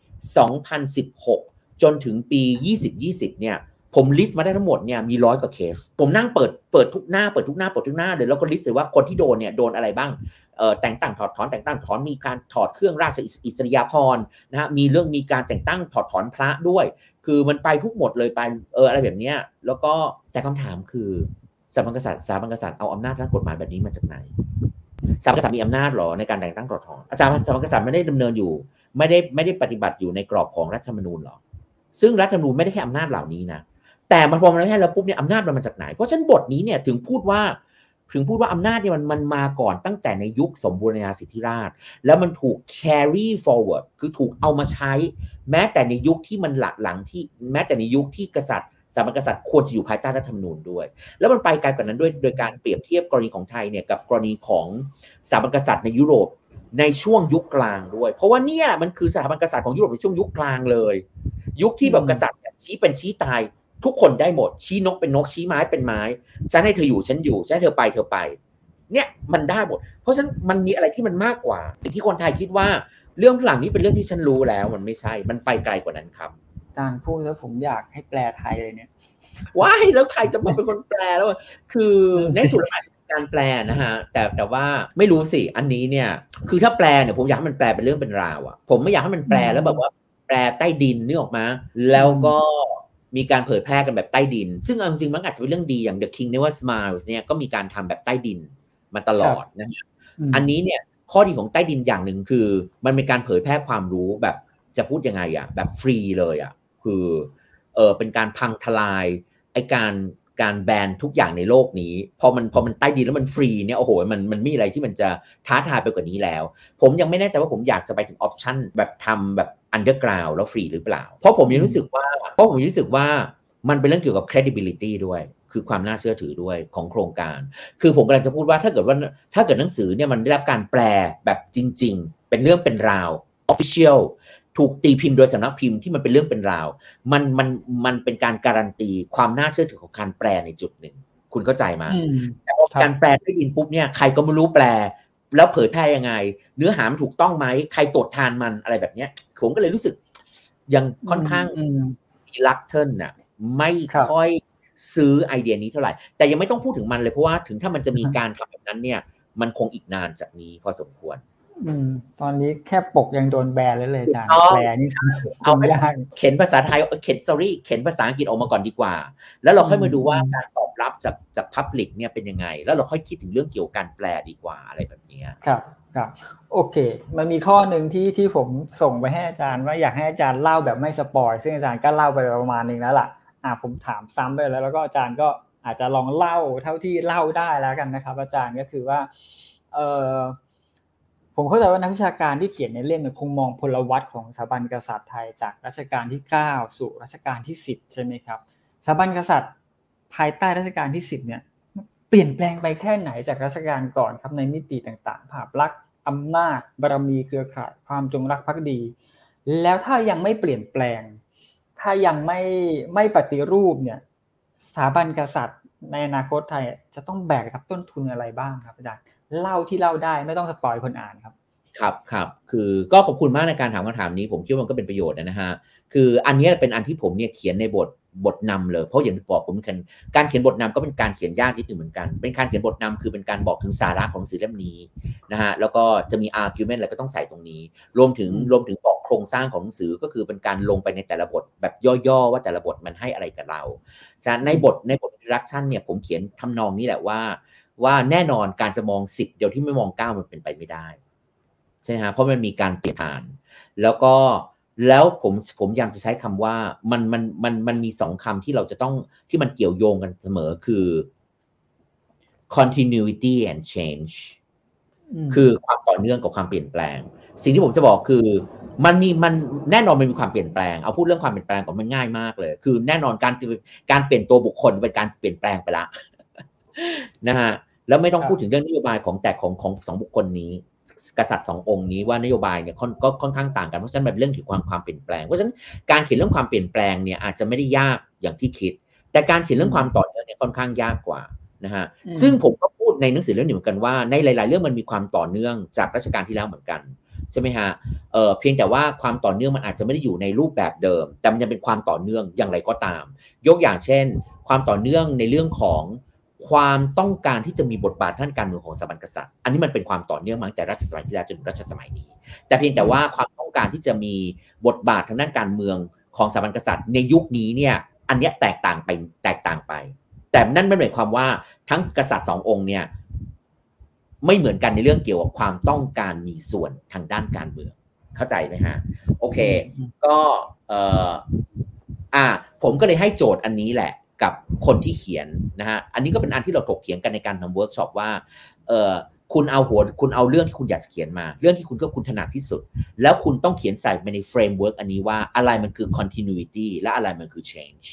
Speaker 2: 2016 จนถึงปี 2020 เนี่ยผมลิสต์มาได้ทั้งหมดเนี่ยมี100 กว่าเคสผมนั่งเปิดทุกหน้าเลยแล้วก็ลิสต์เลยว่าคนที่โดนเนี่ยโดนอะไรบ้างแต่งตั้งถอดถอนมีการถอดเครื่องราชอิสริยาภรณ์นะฮะมีการแต่งตั้งถอดถอนพระด้วยคือมันไปทุกหมดเลยไปอะไรแบบเนี้ยแล้วก็แต่คำถามคือสถาบันกษัตริย์เอาอำนาจด้านกฎหมายแบบนี้มาจากไหนสถาบันกษัตริย์มีอำนาจหรอในการแต่งตั้งถอดถอนสถาบันกษัตริย์ไม่ได้ดำเนินอยู่ไม่ได้ปฏิบัติอยู่ในกรอบของรัฐธรรมนูญหรอซึ่งรัฐธรรมนูญไม่ได้แค่อำนาจเหล่านี้นะแต่พอมันไม่ให้แล้วปุ๊บเนี่ยอำนาจมันมาจากไหนเพราะฉะนั้นบทนี้เนี่ยถึงพูดว่าอำนาจเนี่ยมันมาก่อนตั้งแต่ในยุคสมบูรณาญาสิทธิราชย์แล้วมันถูก carry forward คือถูกเอามาใช้แม้แต่ในยุคที่มันหลังที่แม้แต่ในยุคที่สถาบันกษัตริย์ควรจะอยู่ภายใต้รัฐธรรมนูญด้วยแล้วมันไปไกลกว่านั้นด้วยโดยการเปรียบเทียบกรณีของไทยเนี่ยกับกรณีของสถาบันกษัตริย์ในยุโรปในช่วงยุคกลางด้วยเพราะว่าเนี่ยมันคือสถาบันกษัตริย์ของยุโรปในช่วงยุคกลางเลยยุคที่แบบกษัตริย์ชี้เป็นชี้ตายทุกคนได้หมดชี้นกเป็นนกชี้ไม้เป็นไม้ฉันให้เธออยู่ฉันอยู่ฉันให้เธอไปเนี่ยมันได้หมดเพราะฉะนั้นมันมีอะไรที่มันมากกว่าสิ่งที่คนไทยคิดว่าเรื่องฝรั่งนี้เป็นเรื่องที่ฉันรู้แล้วมันไม่ใช่มันไปไกลกว่านั้นครับ
Speaker 1: อาจารย์พูดแล้วผมอยากให้แปลไทยเลยเนี่ย
Speaker 2: ว้ายแล้วใครจะมาเป็นคนแปลแล้วคือในสุดหมายการแปลนะฮะแต่ว่าไม่รู้สิอันนี้เนี่ยคือถ้าแปลเนี่ยผมอยากให้มันแปลเป็นเรื่องเป็นราวอ่ะผมไม่อยากให้มันแปลแล้วแบบว่าแปลใต้ดินนึกออกมาแล้วก็มีการเผยแพร่กันแบบใต้ดินซึ่งเอาจริงๆมันอาจจะเป็นเรื่องดีอย่าง The King Never Smiles เนี่ยก็มีการทำแบบใต้ดินมาตลอดนะฮะอันนี้เนี่ยข้อดีของใต้ดินอย่างหนึ่งคือมันเป็นการเผยแพร่ความรู้แบบจะพูดยังไงอ่ะแบบฟรีเลยอ่ะคือเป็นการพังทลายไอ้การแบนทุกอย่างในโลกนี้พอมันใต้ดินแล้วมันฟรีเนี่ยโอ้โหมันมีอะไรที่มันจะท้าทายไปกว่านี้แล้วผมยังไม่แน่ใจว่าผมอยากจะไปถึงออปชั่นแบบทำแบบอันเดอร์กราวด์แล้วฟรีหรือเปล่าเพราะผมยังรู้สึกว่ามันเป็นเรื่องเกี่ยวกับ credibility ด้วยคือความน่าเชื่อถือด้วยของโครงการคือผมกำลังจะพูดว่าถ้าเกิดหนังสือเนี่ยมันได้รับการแปลแบบจริงๆเป็นเรื่องเป็นราว official ถูกตีพิมพ์โดยสำนักพิมพ์ที่มันเป็นเรื่องเป็นราวมันเป็นการการันตีความน่าเชื่อถือของการแปลในจุดหนึ่งคุณเข้าใจไหมแต่พอการแปลได้ยินปุ๊บเนี่ยใครก็ไม่รู้แปลแล้วเผยแพร่ยังไงเนื้อหามันถูกต้องไหมใครตรวจทานมันอะไรแบบเนี้ยผมก็เลยรู้สึกยังค่อนข้างreluctant น่ะไม่ค่อยซื้อไอเดียนี้เท่าไหร่แต่ยังไม่ต้องพูดถึงมันเลยเพราะว่าถึงถ้ามันจะมีการทำแบบนั้นเนี่ยมันคงอีกนานจากนี้พอสมควร
Speaker 1: ตอนนี้แค่ปกยังโดนแบนเลยอาจารย์แปลนี่
Speaker 2: เอาไม่ได้เขียนภาษาไทยเขียนภาษาอังกฤษออกมาก่อนดีกว่าแล้วเราค่อยมาดูว่าการตอบรับจาก public เนี่ยเป็นยังไงแล้วเราค่อยคิดถึงเรื่องเกี่ยวกับการแปลดีกว่าอะไรแบบนี้
Speaker 1: ครับโอเคมันมีข้อหนึ่งที่ผมส่งไปให้อาจารย์ว่าอยากให้อาจารย์เล่าแบบไม่สปอยซึ่งอาจารย์ก็เล่าไปประมาณนึงแล้วล่ะผมถามซ้ำไปแล้วก็อาจารย์ก็อาจจะลองเล่าเท่าที่เล่าได้แล้วกันนะครับอาจารย์ก็คือว่าผมเข้าใจว่านักวิชาการที่เขียนในเล่มเนี่ยคงมองพลวัตของสถาบันกษัตริย์ไทยจากรัชกาลที่9สู่รัชกาลที่10ใช่ไหมครับสถาบันกษัตริย์ภายใต้รัชกาลที่10เนี่ยเปลี่ยนแปลงไปแค่ไหนจากรัชกาลก่อนครับในมิติต่างๆภาพลักษณ์อำนาจบารมีเครือข่ายความจงรักภักดีแล้วถ้ายังไม่เปลี่ยนแปลงถ้ายังไม่ปฏิรูปเนี่ยสถาบันกษัตริย์ในอนาคตไทยจะต้องแบกรับต้นทุนอะไรบ้างครับอาจารย์เล่าที่เล่าได้ไม่ต้องสปอยคนอ่านครับ
Speaker 2: ครับคือก็ขอบคุณมากในการถามคำถามนี้ผมคิดว่ามันก็เป็นประโยชน์นะฮะคืออันนี้เป็นอันที่ผมเนี่ยเขียนในบทนำเลยเพราะอย่างที่บอกผมการเขียนบทนำก็เป็นการเขียนยากนิดหนึ่งเหมือนกันเป็นการเขียนบทนำคือเป็นการบอกถึงสาระของหนังสือเล่มนี้นะฮะแล้วก็จะมี argument อะไรก็ต้องใส่ตรงนี้รวมถึงบอกโครงสร้างของหนังสือก็คือเป็นการลงไปในแต่ละบทแบบย่อๆว่าแต่ละบทมันให้อะไรกับเราฉะนั้นในบท introduction เนี่ยผมเขียนทำนองนี้แหละว่าแน่นอนการจะมอง10เดียวที่ไม่มอง9มันเป็นไปไม่ได้ใช่ฮะเพราะมันมีการเปลี่ยนผ่านแล้วผมยังจะใช้คำว่ามันมี2คำที่เราจะต้องที่มันเกี่ยวโยงกันเสมอคือ continuity and change คือความต่อเนื่องกับความเปลี่ยนแปลงสิ่งที่ผมจะบอกคือมันแน่นอนมันมีความเปลี่ยนแปลงเอาพูดเรื่องความเปลี่ยนแปลงก่อนมันง่ายมากเลยคือแน่นอนการเปลี่ยนตัวบุคคลเป็นการเปลี่ยนแปลงไปละนะฮะแล้วไม่ต้องพูดถึงเรื่องนโยบายของ2บุคคลนี้กษัตริย์2องค์นี้ว่านโยบายเนี่ยก็ค่อนข้างต่างกันเพราะฉะนั้นเป็นเรื่องถึงความเปลี่ยนแปลงเพราะฉะนั้นการเขียนเรื่องความเปลี่ยนแปลงเนี่ยอาจจะไม่ได้ยากอย่างที่คิดแต่การเขียนเรื่องความต่อเนื่องเนี่ยค่อนข้างยากกว่านะฮะซึ่งผมก็พูดในหนังสือเล่มนี้เหมือนกันว่าในหลายๆเรื่องมันมีความต่อเนื่องจากรัชกาลที่แล้วเหมือนกันใช่ไหมฮะเพียงแต่ว่าความต่อเนื่องมันอาจจะไม่ได้อยู่ในรูปแบบเดิมแต่มันยังเป็นความต่อเนื่องอย่างไรก็ตามยกอย่างเช่นความต่อเนื่องในเรื่องของความต้องการที่จะมีบทบาทด้านการเมืองของสถาบันกษัตริย์อันนี้มันเป็นความต่อเนื่องมาตั้งแต่รัชสมัยที่แล้วจนถึงรัชสมัยนี้แต่เพียงแต่ว่าความต้องการที่จะมีบทบาททางด้านการเมืองของสถาบันกษัตริย์ในยุคนี้เนี่ยอันนี้แตกต่างไปแต่นั่นไม่หมายความว่าทั้งกษัตริย์2องค์เนี่ยไม่เหมือนกันในเรื่องเกี่ยวกับความต้องการมีส่วนทางด้านการเมืองเข้าใจไหมฮะโอเคก็ผมก็เลยให้โจทย์อันนี้แหละกับคนที่เขียนนะฮะอันนี้ก็เป็นอันที่เราถกเถียงกันในการทำเวิร์กช็อปว่าคุณเอาเรื่องที่คุณอยากจะเขียนมาเรื่องที่คุณถนัดที่สุดแล้วคุณต้องเขียนใส่ไปในเฟรมเวิร์กอันนี้ว่าอะไรมันคือ continuity และอะไรมันคือ change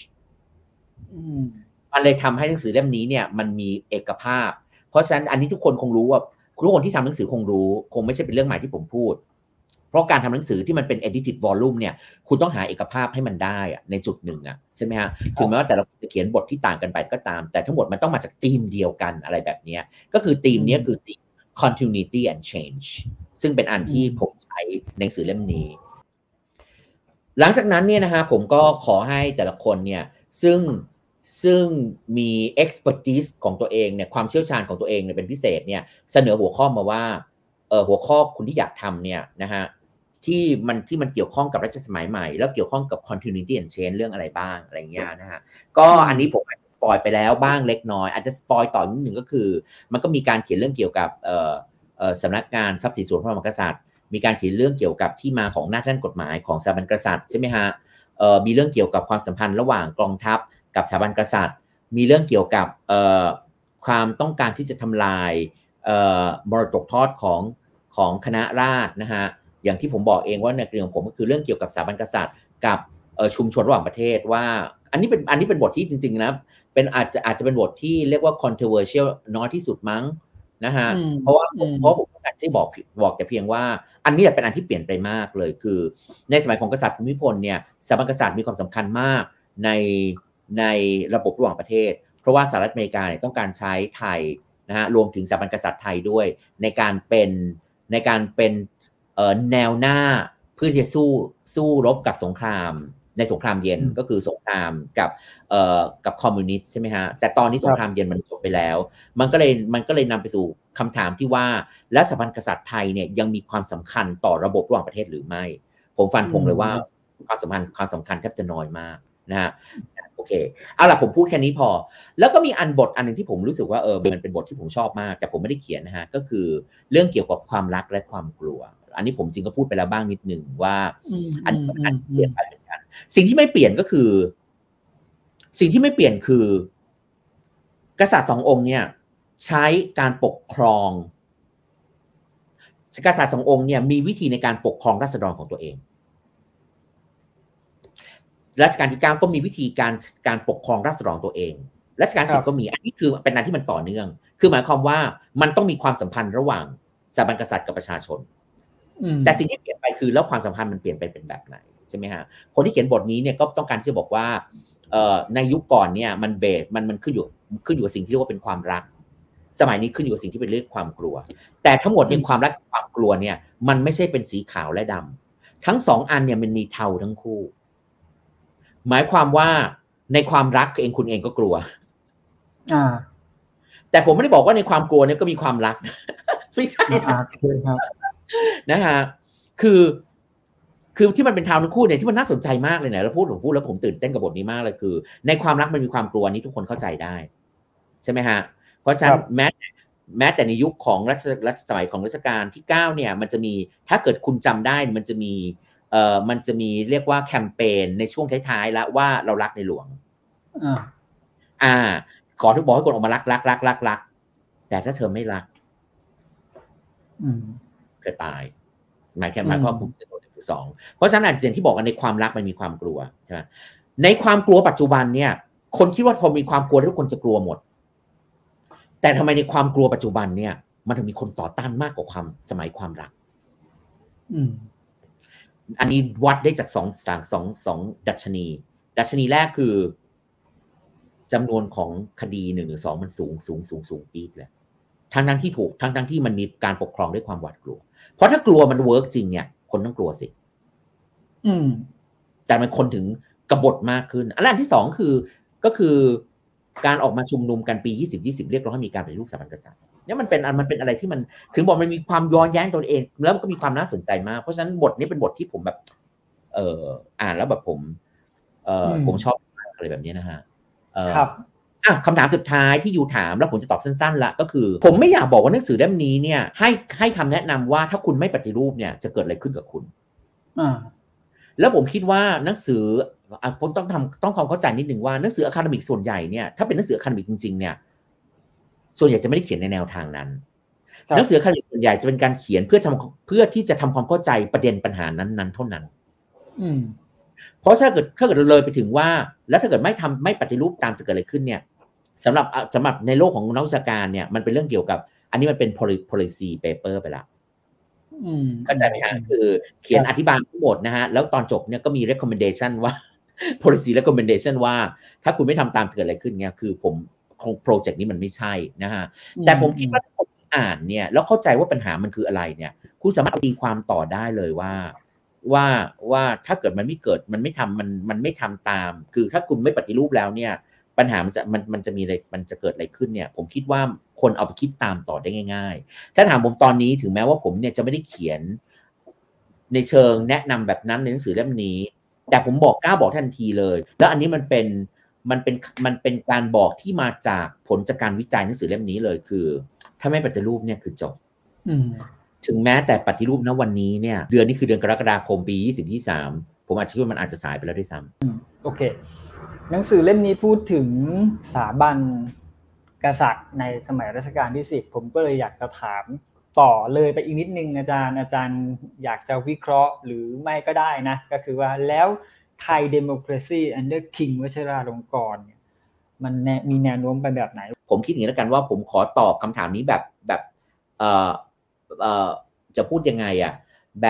Speaker 2: มันเลยทำให้หนังสือเล่มนี้เนี่ยมันมีเอกภาพเพราะฉะนั้นอันนี้ทุกคนคงรู้ว่าทุกคนที่ทำหนังสือคงรู้คงไม่ใช่เป็นเรื่องใหม่ที่ผมพูดเพราะการทำหนังสือที่มันเป็น edited volume เนี่ยคุณต้องหาเอกภาพให้มันได้ในจุดหนึ่งใช่ไหมฮะถึงแม้ว่าแต่ละคนจะเขียนบทที่ต่างกันไปก็ตามแต่ทั้งหมดมันต้องมาจากธีมเดียวกันอะไรแบบนี้ก็คือธีมนี้คือธีม continuity and change ซึ่งเป็นอันที่ผมใช้ในหนังสือเล่มนี้หลังจากนั้นเนี่ยนะฮะผมก็ขอให้แต่ละคนเนี่ยซึ่งมี expertise ของตัวเองเนี่ยความเชี่ยวชาญของตัวเองเนี่ยเป็นพิเศษเนี่ยเสนอหัวข้อมาว่าหัวข้อคุณที่อยากทำเนี่ยนะฮะที่มันเกี่ยวข้องกับรัชสมัยใหม่แล้วเกี่ยวข้องกับ continuity and change เรื่องอะไรบ้างอะไรเงี้ยนะฮะก็อันนี้ผมอาจจะสปอยไปแล้วบ้างเล็กน้อยอาจจะสปอยต่อนิดนึงก็คือมันก็มีการเขียนเรื่องเกี่ยวกับสำนักงานทรัพย์สินส่วนพระมหากษัตริย์มีการเขียนเรื่องเกี่ยวกับที่มาของหน้าด้านกฎหมายของสถาบันกษัตริย์ใช่ไหมฮะมีเรื่องเกี่ยวกับความสัมพันธ์ระหว่างกองทัพกับสถาบันกษัตริย์มีเรื่องเกี่ยวกับความต้องการที่จะทำลายมรดกทอดของคณะราษฎรนะฮะอย่างที่ผมบอกเองว่าในเรื่องของผมก็คือเรื่องเกี่ยวกับสถาบันกษัตริย์กับชุมชนระหว่างประเทศว่าอันนี้เป็นบทที่จริงๆนะเป็นอาจจะเป็นบทที่เรียกว่า controversial น้อยที่สุดมั้งนะฮะเพราะผมต้องการที่บอกแต่เพียงว่าอันนี้เป็นอันที่เปลี่ยนไปมากเลยคือในสมัยของกษัตริย์ภูมิพลเนี่ยสถาบันกษัตริย์มีความสำคัญมากในระบบระหว่างประเทศเพราะว่าสหรัฐอเมริกาเนี่ยต้องการใช้ไทยนะฮะรวมถึงสถาบันกษัตริย์ไทยด้วยในการเป็นแนวหน้าเพื่อที่จะสู้รบกับสงครามในสงครามเย็นก็คือสงครามกับคอมมิวนิสต์ใช่ไหมฮะแต่ตอนนี้สงครามเย็นมันจบไปแล้วมันก็เลยนำไปสู่คำถามที่ว่าและสถาบันกษัตริย์ไทยเนี่ยยังมีความสำคัญต่อระบบระหว่างประเทศหรือไม่ผมฟันธงเลยว่าความสำคัญแทบจะน้อยมากนะฮะโอเคเอาล่ะผมพูดแค่นี้พอแล้วก็มีบทอันนึงที่ผมรู้สึกว่ามันเป็นบทที่ผมชอบมากแต่ผมไม่ได้เขียนนะฮะก็คือเรื่องเกี่ยวกับความรักและความกลัวอันนี้ผมจริงก็พูดไปแล้วบ้างนิดนึงว่าอันเปลี่ยนไปเหมือนกันสิ่งที่ไม่เปลี่ยนคือกษัตริย์สององค์เนี่ยใช้การปกครองกษัตริย์สององค์เนี่ยมีวิธีในการปกครองราษฎรของตัวเองรัชกาลที่ 9ก็มีวิธีการปกครองราษฎรตัวเองรัชกาลที่ 10ก็มีอันนี้คือเป็นอันที่มันต่อเนื่องคือหมายความว่ามันต้องมีความสัมพันธ์ระหว่างสถาบันกษัตริย์กับประชาชนแต่สิ่งที่เปลี่ยนไปคือแล้วความสัมพันธ์มันเปลี่ยนไปเป็นแบบไหนใช่ไหมฮะคนที่เขียนบทนี้เนี่ยก็ต้องการที่จะบอกว่าในยุคก่อนเนี่ยมันขึ้นอยู่กับสิ่งที่เรียกว่าเป็นความรักสมัยนี้ขึ้นอยู่กับสิ่งที่เป็นเรื่องความกลัวแต่ทั้งหมดเนี่ยความรักความกลัวเนี่ยมันไม่ใช่เป็นสีขาวและดำทั้งสองอันเนี่ยมันมีเทาทั้งคู่หมายความว่าในความรักคุณเองก็กลัวแต่ผมไม่ได้บอกว่าในความกลัวเนี่ยก็มีความรักไม่ใช่ครับนะฮะคือที่มันเป็นทาวทั้งคู่เนี่ยที่มันน่าสนใจมากเลยนะแล้วผมพูดแล้วผมตื่นเต้นกับบทนี้มากเลยคือในความรักมันมีความกลัวนี้ทุกคนเข้าใจได้ใช่ไหมฮะเพราะฉะนั้นแม้แต่ในยุคของรัชสมัยของรัชกาลที่ 9เนี่ยมันจะมีถ้าเกิดคุณจำได้มันจะมีเรียกว่าแคมเปญในช่วงท้ายๆแล้วว่าเรารักในหลวงขอทุกบอกให้คนออกมารักแต่ถ้าเธอไม่รักเธอตายหมายความคุณจะโดนที่2เพราะฉะนั้นอย่างที่บอกกันในความรักมันมีความกลัวใช่ไหมในความกลัวปัจจุบันเนี่ยคนคิดว่าพอมีความกลัวทุกคนจะกลัวหมดแต่ทำไมในความกลัวปัจจุบันเนี่ยมันถึงมีคนต่อต้านมากกว่าความสมัยความรักอันนี้วัดได้จาก2ดัชนีแรกคือจำนวนของคดี1-2มันสูงปีกเลยทั้งที่มันมีการปกครองด้วยความหวาดกลัวเพราะถ้ากลัวมันเวิร์กจริงเนี่ยคนต้องกลัวสิแต่มันคนถึงกบฏมากขึ้นอันที่2ก็คือการออกมาชุมนุมกันปี2020เรียกร้องให้มีการปฏิรูปสถาบันกษัตริย์เนี่ยมันเป็นอะไรที่มันถึงบอกมันมีความย้อนแย้งตัวเองแล้วมันก็มีความน่าสนใจมากเพราะฉะนั้นบทนี้เป็นบทที่ผมแบบอ่านแล้วแบบผมชอบอะไรแบบนี้นะฮะ
Speaker 1: ครับ
Speaker 2: คำถามสุดท้ายที่ยูถามแล้วผมจะตอบสั้นๆละก็คือผมไม่อยากบอกว่าหนังสือเล่มนี้เนี่ยให้คำแนะนำว่าถ้าคุณไม่ปฏิรูปเนี่ยจะเกิดอะไรขึ้นกับคุณแล้วผมคิดว่าหนังสือผมต้องความเข้าใจนิดนึงว่าหนังสืออะคาเดมิกส่วนใหญ่เนี่ยถ้าเป็นหนังสืออะคาเดมิกจริงๆเนี่ยส่วนใหญ่จะไม่ได้เขียนในแนวทางนั้นหนังสืออะคาเดมิกส่วนใหญ่จะเป็นการเขียนเพื่อที่จะทำความเข้าใจประเด็นปัญหานั้นๆเท่านั้นเพราะถ้าเกิดเลยไปถึงว่าแล้วถ้าเกิดไม่ปฏิรูปตามจะเกิดอะไรขึ้นเนี่ยสำหรับในโลกของนักวิชาการเนี่ยมันเป็นเรื่องเกี่ยวกับอันนี้มันเป็น policy paper ไปแล้วเข้าใจไหมฮะคือเขียนอธิบายทั้งหมดนะฮะแล้วตอนจบเนี่ยก็มี recommendation ว่า policy recommendation ว่าถ้าคุณไม่ทำตามจะเกิดอะไรขึ้นเนี่ยคือผมโปรเจกต์นี้มันไม่ใช่นะฮะแต่ผมคิดว่าถ้าคนอ่านเนี่ยแล้วเข้าใจว่าปัญหามันคืออะไรเนี่ยคุณสามารถเอาตีความต่อได้เลยว่าถ้าเกิดมันไม่เกิดมันไม่ทำมันไม่ทำตามคือถ้าคุณไม่ปฏิรูปแล้วเนี่ยปัญหามันจะมีอะไรมันจะเกิดอะไรขึ้นเนี่ยผมคิดว่าคนเอาไปคิดตามต่อได้ง่ายๆถ้าถามผมตอนนี้ถึงแม้ว่าผมเนี่ยจะไม่ได้เขียนในเชิงแนะนำแบบนั้นในหนังสือเล่มนี้แต่ผมกล้าบอกทันทีเลยแล้วอันนี้มันเป็นการบอกที่มาจากผลจากการวิจัยหนังสือเล่มนี้เลยคือถ้าไม่ปฏิรูปเนี่ยคือจบถึงแม้แต่ปฏิรูปณวันนี้เนี่ยเดือนนี้คือเดือนกรกฎาคมปี2023ผมอาจจะคิดว่ามันอาจจะสายไปแล้วด้วยซ้ำ
Speaker 1: โอเคหนังสือเล่มนี้พูดถึงสถาบันกษัตริย์ในสมัยรัชกาลที่10ผมก็เลยอยากจะถามต่อเลยไปอีกนิดนึงอาจารย์อยากจะวิเคราะห์หรือไม่ก็ได้นะก็คือว่าแล้วไทย democracy under King วชิราลงกรณ์มันมีแนวโน้มไปแบบไหน
Speaker 2: ผมคิดอย่างนี้แล้วกันว่าผมขอตอบคำถามนี้แบบจะพูดยังไงอ่ะแบบ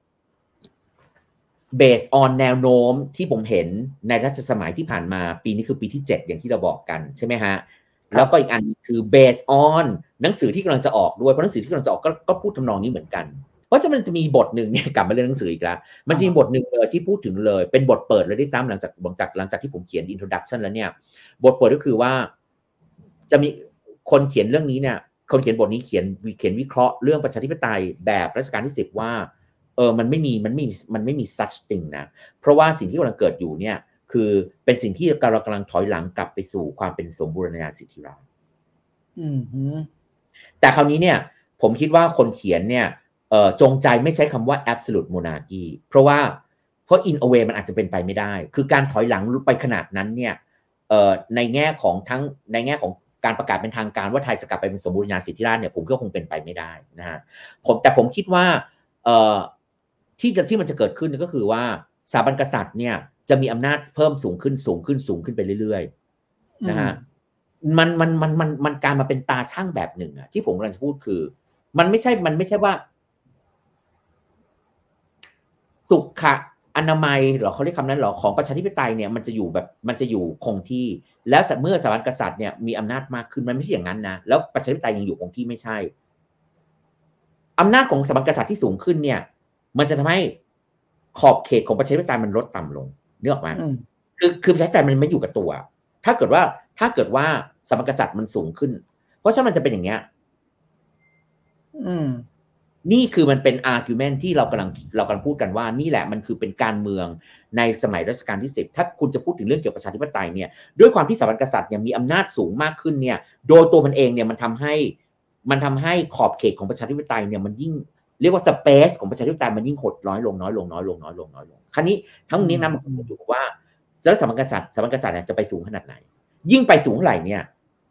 Speaker 2: based on แนวโน้มที่ผมเห็นในรัชสมัยที่ผ่านมาปีนี้คือปีที่7อย่างที่เราบอกกันใช่ไหมฮะแล้วก็อีกอันคือ based on หนังสือที่กำลังจะออกด้วยเพราะหนังสือที่กำลังจะออกก็พูดทำนองนี้เหมือนกันเพราะฉะนั้นมันจะมีบทหนึ่งเนี่ยกลับมาเรื่องหนังสืออีกแล้วมันจะมีบทหนึ่งเลยที่พูดถึงเลยเป็นบทเปิดเลยที่ซ้ำหลังจากที่ผมเขียน introduction แล้วเนี่ยบทเปิดก็คือว่าจะมีคนเขียนเรื่องนี้เนี่ยคนเขียนบทนี้เขียนวิเคราะห์เรื่องประชาธิปไตยแบบรัชกาลที่10ว่ามันไม่มี such thing นะเพราะว่าสิ่งที่กำลังเกิดอยู่เนี่ยคือเป็นสิ่งที่เรากำลังถอยหลังกลับไปสู่ความเป็นสมบูรณาญาสิทธิราชแต่คราวนี้เนี่ยผมคิดว่าคนเขียนเนี่ยจงใจไม่ใช้คำว่า absolute monarchy เพราะ in a way มันอาจจะเป็นไปไม่ได้คือการถอยหลังไปขนาดนั้นเนี่ยในแง่ของการประกาศเป็นทางการว่าไทยจะกลับไปเป็นสมบูรณาญาสิทธิราชเนี่ยผมก็คงเป็นไปไม่ได้นะฮะแต่ผมคิดว่าที่มันจะเกิดขึ้นก็คือว่าสถาบันกษัตริย์เนี่ยจะมีอำนาจเพิ่มสูงขึ้นไปเรื่อยๆนะฮะมันการมาเป็นตาช่างแบบหนึ่งอะที่ผมกำลังจะพูดคือมันไม่ใช่ว่าสุขอนามัยหรอเขาเรียกคำนั้นหรอของประชาธิปไตยเนี่ยมันจะอยู่คงที่แล้วเมื่อสถาบันกษัตริย์เนี่ยมีอำนาจมากขึ้นมันไม่ใช่อย่างนั้นนะแล้วประชาธิปไตยยังอยู่คงที่ไม่ใช่อำนาจของสถาบันกษัตริย์ที่สูงขึ้นเนี่ยมันจะทำให้ขอบเขตของประชาธิปไตยมันลดต่ำลงนึกออกไหมคือประชาธิปไตยมันไม่อยู่กับตัวถ้าเกิดว่าสถาบันกษัตริย์มันสูงขึ้นเพราะฉะนั้นมันจะเป็นอย่างเงี้ยนี่คือมันเป็น argument ที่เรากำลังพูดกันว่านี่แหละมันคือเป็นการเมืองในสมัยรัชกาลที่10ถ้าคุณจะพูดถึงเรื่องเกี่ยวกับประชาธิปไตยเนี่ยด้วยความที่สถาบันกษัตริย์เนี่ยมีอำนาจสูงมากขึ้นเนี่ยโดยตัวมันเองเนี่ยมันทำให้ขอบเขตของประชาธิปไตยเนี่ยมันยิ่งเรียกว่า space ของประชาธิปไตยมันยิ่งหดน้อยลงคราวนี้ทั้งนี้นะมันอยู่กับว่าแล้วสถาบันกษัตริย์เนี่ยจะไปสูงขนาดไหนยิ่งไปสูงเท่าไหร่เนี่ย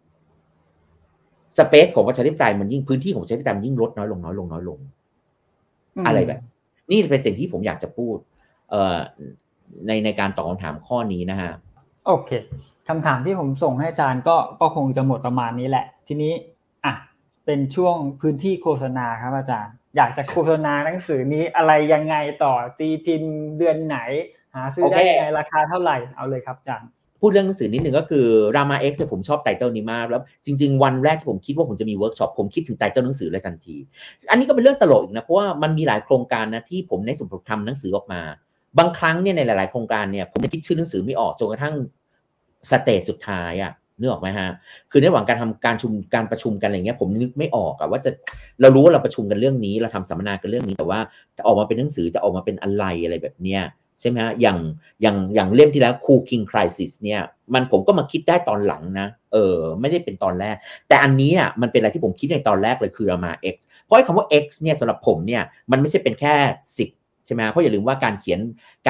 Speaker 2: สเปซของประชาธิปไตยมันยิ่งพื้นที่ของประชาธิปไตยมันยิ่งลดน้อยลงอะไรแบบนี่เป็นสิ่งที่ผมอยากจะพูดในการตอบคำถามข้อนี้นะฮะ
Speaker 1: โอเคคำถามที่ผมส่งให้อาจารย์ก็คงจะหมดประมาณนี้แหละทีนี้เป็นช่วงพื้นที่โฆษณาครับอาจารย์อยากจะโฆษณาหนังสือนี้อะไรยังไงต่อตีพิมพ์เดือนไหนหาซื้อได้ยังไงราคาเท่าไหร่เอาเลยครับอาจารย์
Speaker 2: พูดเรื่องหนังสือนิดหนึ่งก็คือ Rama X เนี่ยผมชอบไตเติลนี้มากแล้วจริงๆวันแรกที่ผมคิดว่าผมจะมีเวิร์กช็อปผมคิดถึงไตเติลหนังสือเลยทันทีอันนี้ก็เป็นเรื่องตลกอีกนะเพราะว่ามันมีหลายโครงการนะที่ผมในสมทำหนังสือออกมาบางครั้งเนี่ยในหลายๆโครงการเนี่ยผมคิดชื่อหนังสือไม่ออกจนกระทั่งสเตจสุดท้ายอะนึกออกไหมฮะคือในระหว่างการทำการประชุมกันอะไรเงี้ยผมนึกไม่ออกอะว่าเรารู้ว่าเราประชุมกันเรื่องนี้เราทำสัมมนากันเรื่องนี้แต่ว่าจะออกมาเป็นหนังสือจะออกมาเป็นอะไรแบบเนี้ยใช่ไหมฮะอย่างเล่มที่แล้ว Cool King Crisis เนี่ยผมก็มาคิดได้ตอนหลังนะไม่ได้เป็นตอนแรกแต่อันนี้อ่ะมันเป็นอะไรที่ผมคิดในตอนแรกเลยคือ Rama X เพราะไอ้คำว่า X เนี่ยสำหรับผมเนี่ยมันไม่ใช่เป็นแค่10ใช่ไหมเพราะอย่าลืมว่าการเขียน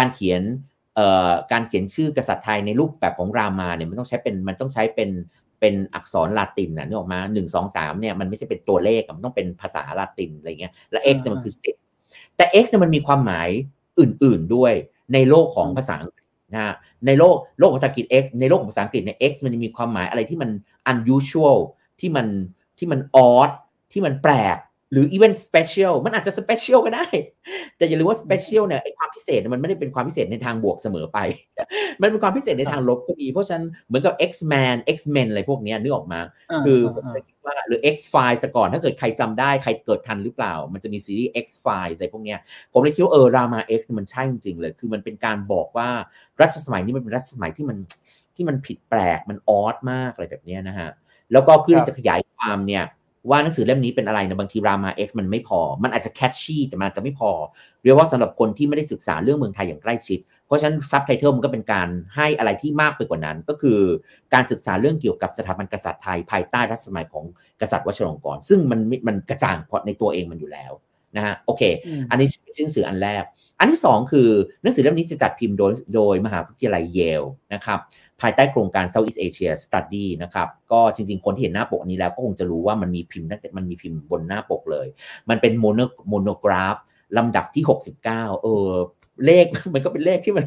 Speaker 2: ชื่อกษัตริย์ไทยในรูปแบบของรามาเนี่ยมันต้องใช้เป็นอักษรลาตินนะนึกออกมา1 2 3เนี่ยมันไม่ใช่เป็นตัวเลขมันต้องเป็นภาษาลาตินอะไรเงี้ยและ X เนี่ยมันคือ10แต่ X เนี่ยมันมีความหมายอื่นๆด้วยในโลกของภาษาอังกฤษนะฮะในโลกภาษาอังกฤษ X ในโลกของภาษาอังกฤษเนี่ย X มันจะมีความหมายอะไรที่มัน unusual ที่มันodd ที่มันแปลกหรือ even special มันอาจจะ special ก็ได้แต่อย่าลืมว่า special เนี่ยไอ้ความพิเศษมันไม่ได้เป็นความพิเศษในทางบวกเสมอไป มันเป็นความพิเศษในทางลบก็มีเพราะฉะนั้นเหมือนกับ X-Man X-Men อะไรพวกนี้นึกออกมาคือผมเลยคิดว่าหรือ X-Files แต่ก่อนถ้าเกิดใครจำได้ใครเกิดทันหรือเปล่ามันจะมีซีรีส์ X-Files อะไรพวกนี้ผมเลยคิดว่าRama X มันใช่จริงๆเลยคือมันเป็นการบอกว่ารัชสมัยนี้มันเป็นรัชสมัยที่มันผิดแปลกมันออดมากอะไรแบบนี้นะฮะแล้วก็เพื่อที่จะขยายความเนี่ยว่าหนังสือเล่มนี้เป็นอะไรนะบางที Rama X มันไม่พอมันอาจจะ catchy แต่มันอาจจะไม่พอเรียกว่าสำหรับคนที่ไม่ได้ศึกษาเรื่องเมืองไทยอย่างใกล้ชิดเพราะฉะนั้นซับไตเติลมันก็เป็นการให้อะไรที่มากไปกว่านั้นก็คือการศึกษาเรื่องเกี่ยวกับสถาบันกษัตริย์ไทยภายใต้รัชสมัยของกษัตริย์วชิรลงกรณ์ซึ่งมันกระจ่างเพราะในตัวเองมันอยู่แล้วนะฮะโอเคอันนี้เป็นหนังสืออันแรกอันที่2คือหนังสือเล่มนี้จะจัดพิมพ์โดยมหาวิทยาลัยเยลนะครับภายใต้โครงการ Southeast Asia Study นะครับก็จริงๆคนที่เห็นหน้าปกนี้แล้วก็คงจะรู้ว่ามันมีพิมพ์ตั้งแต่มันมีพิมพ์บนหน้าปกเลยมันเป็นโมโนกราฟลำดับที่69เลขมันก็เป็นเลขที่มัน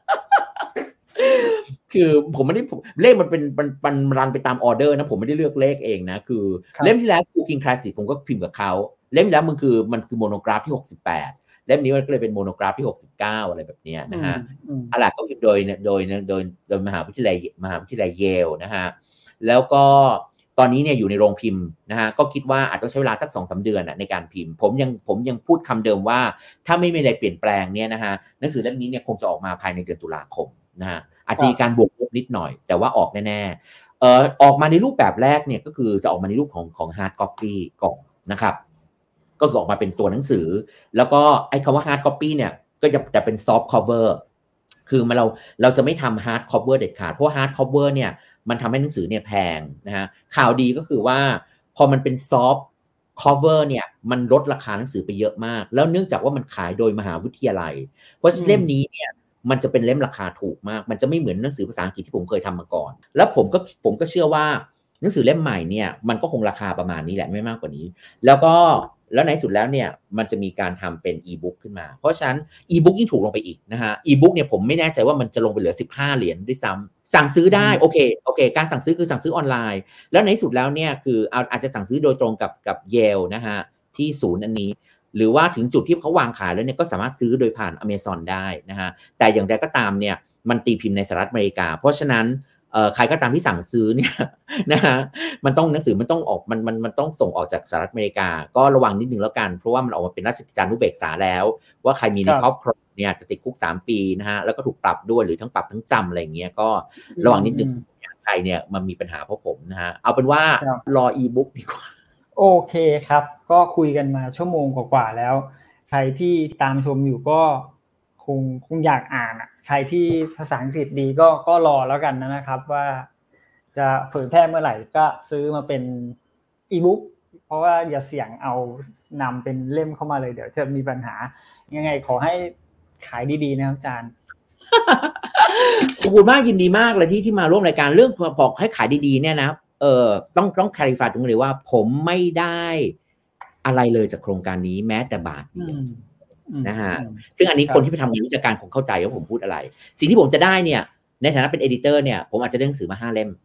Speaker 2: คือผมไม่ได้เลขมันเป็นมันรันไปตามออเดอร์นะผมไม่ได้เลือกเลขเองนะคือเล่มที่แล้ว Cooking Classic ผมก็พิมพ์กับเขาเล่มที่แล้วมันคือโมโนกราฟที่68เล่มนี้มันก็เลยเป็นโมโนกราฟที่69อะไรแบบนี้นะฮะอะไรก็พิมพ์โดยมหาวิทยาลัยเยลนะฮะแล้วก็ตอนนี้เนี่ยอยู่ในโรงพิมพ์นะฮะก็คิดว่าอาจจะใช้เวลาสัก 2-3 เดือนในการพิมพ์ผมยังพูดคำเดิมว่าถ้าไม่มีอะไรเปลี่ยนแปลงเนี่ยนะฮะหนังสือเล่มนี้เนี่ยคงจะออกมาภายในเดือนตุลาคมนะฮะอาจจะมีการบวกลบนิดหน่อยแต่ว่าออกแน่ๆออกมาในรูปแบบแรกเนี่ยก็คือจะออกมาในรูปของ hard copy ก่อนนะครับก็คือออกมาเป็นตัวหนังสือแล้วก็ไอ้คำว่า hard copy เนี่ยก็จะเป็น soft cover คือเราจะไม่ทำ hard cover เด็ดขาดเพราะ hard cover เนี่ยมันทำให้หนังสือเนี่ยแพงนะฮะข่าวดีก็คือว่าพอมันเป็น soft cover เนี่ยมันลดราคาหนังสือไปเยอะมากแล้วเนื่องจากว่ามันขายโดยมหาวิทยาลัยเพราะเล่มนี้เนี่ยมันจะเป็นเล่มราคาถูกมากมันจะไม่เหมือนหนังสือภาษาอังกฤษที่ผมเคยทำมาก่อนแล้วผมก็เชื่อว่าหนังสือเล่มใหม่เนี่ยมันก็คงราคาประมาณนี้แหละไม่มากกว่านี้แล้วในสุดแล้วเนี่ยมันจะมีการทำเป็นอีบุ๊กขึ้นมาเพราะฉะนั้นอีบุ๊กยิ่งถูกลงไปอีกนะฮะอีบุ๊กเนี่ยผมไม่แน่ใจว่ามันจะลงไปเหลือ15 เหรียญด้วยซ้ำสั่งซื้อได้โอเคการสั่งซื้อคือสั่งซื้อออนไลน์แล้วในสุดแล้วเนี่ยคืออาจจะสั่งซื้อโดยตรงกับเยลนะฮะที่ศูนย์อันนี้หรือว่าถึงจุดที่เขาวางขายแล้วเนี่ยก็สามารถซื้อโดยผ่าน Amazon ได้นะฮะแต่อย่างไรก็ตามเนี่ยมันตีพิมพ์ในสหรัฐอเมริกาเพราะฉะนั้นใครก็ตามที่สั่งซื้อเนี่ยนะฮะมันต้องหนังสือมันต้องออกมันต้องส่งออกจากสหรัฐอเมริกาก็ระวังนิดนึงแล้วกันเพราะว่ามันออกมาเป็นราชกิจจานุเบกษาแล้วว่าใครมีในครอบครองเนี่ยจะติดคุก3 ปีนะฮะแล้วก็ถูกปรับด้วยหรือทั้งปรับทั้งจำอะไรอย่างเงี้ยก็ระวังนิดนึงใครเนี่ยมันมีปัญหาเพราะผมนะฮะเอาเป็นว่ารออีบุ๊กดีกว่า
Speaker 1: โอเคครับก็คุยกันมาชั่วโมงกว่าๆแล้วใครที่ตามชมอยู่ก็คงอยากอ่านอ่ะใครที่ภาษาอังกฤษดีก็รอแล้วกันนะครับว่าจะเผยแพร่เมื่อไหร่ก็ซื้อมาเป็นอีบุ๊กเพราะว่าอย่าเสี่ยงเอานำเป็นเล่มเข้ามาเลยเดี๋ยวจะมีปัญหายังไงขอให้ขายดีๆนะครับอาจารย์
Speaker 2: ขอบคุณมากยินดีมากเลยที่มาร่วมรายการเรื่องบอกให้ขายดีๆเนี่ยนะต้องคลาริฟายตรงนี้เลยว่าผมไม่ได้อะไรเลยจากโครงการนี้แม้แต่บาทเดียวนะฮะซึ่งอันนี้คนที่ไปทำงานวิชาการคงเข้าใจว่าผมพูดอะไรสิ่งที่ผมจะได้เนี่ยในฐานะเป็นเอดิเตอร์เนี่ยผมอาจจะได้หนังสือมา5 เล่ม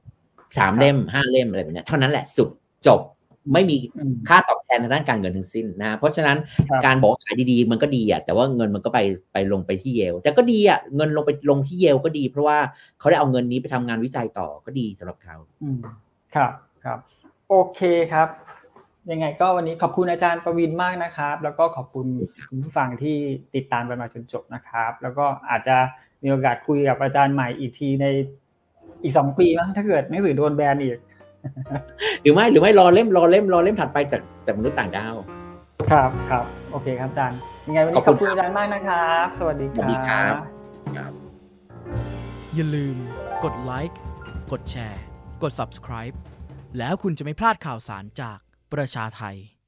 Speaker 2: 3 เล่ม5 เล่มอะไรแบบนี้เท่านั้นแหละสุดจบไม่มีค่าตอบแทนทางด้านการเงินทั้งสิ้นนะเพราะฉะนั้นการบอกขายดีๆมันก็ดีอ่ะแต่ว่าเงินมันก็ไปลงไปที่เยลแต่ก็ดีอ่ะเงินลงที่เยลก็ดีเพราะว่าเขาได้เอาเงินนี้ไปทำงานวิจัยต่อก็ดีสำหรับเขา
Speaker 1: ครับโอเคครับยังไงก็วันนี้ขอบคุณอาจารย์ประวินมากนะครับแล้วก็ขอบคุณคุณผู้ฟังที่ติดตามกันมาจนจบนะครับแล้วก็อาจจะมีโอกาสคุยกับอาจารย์ใหม่อีกทีในอีก2 ปีมั้งถ้าเกิดหนังสือโดนแบนอีก
Speaker 2: หรือไม่รอเล่มถัดไปจากมนุษย์ต่างดาว
Speaker 1: ครับโอเคครับอาจารย์ยังไงวันนี้ขอบคุณอาจารย์มากนะครับสวัสดีครับ
Speaker 3: อย่าลืมกดไลค์กดแชร์กด Subscribe แล้วคุณจะไม่พลาดข่าวสารจากประชาไทย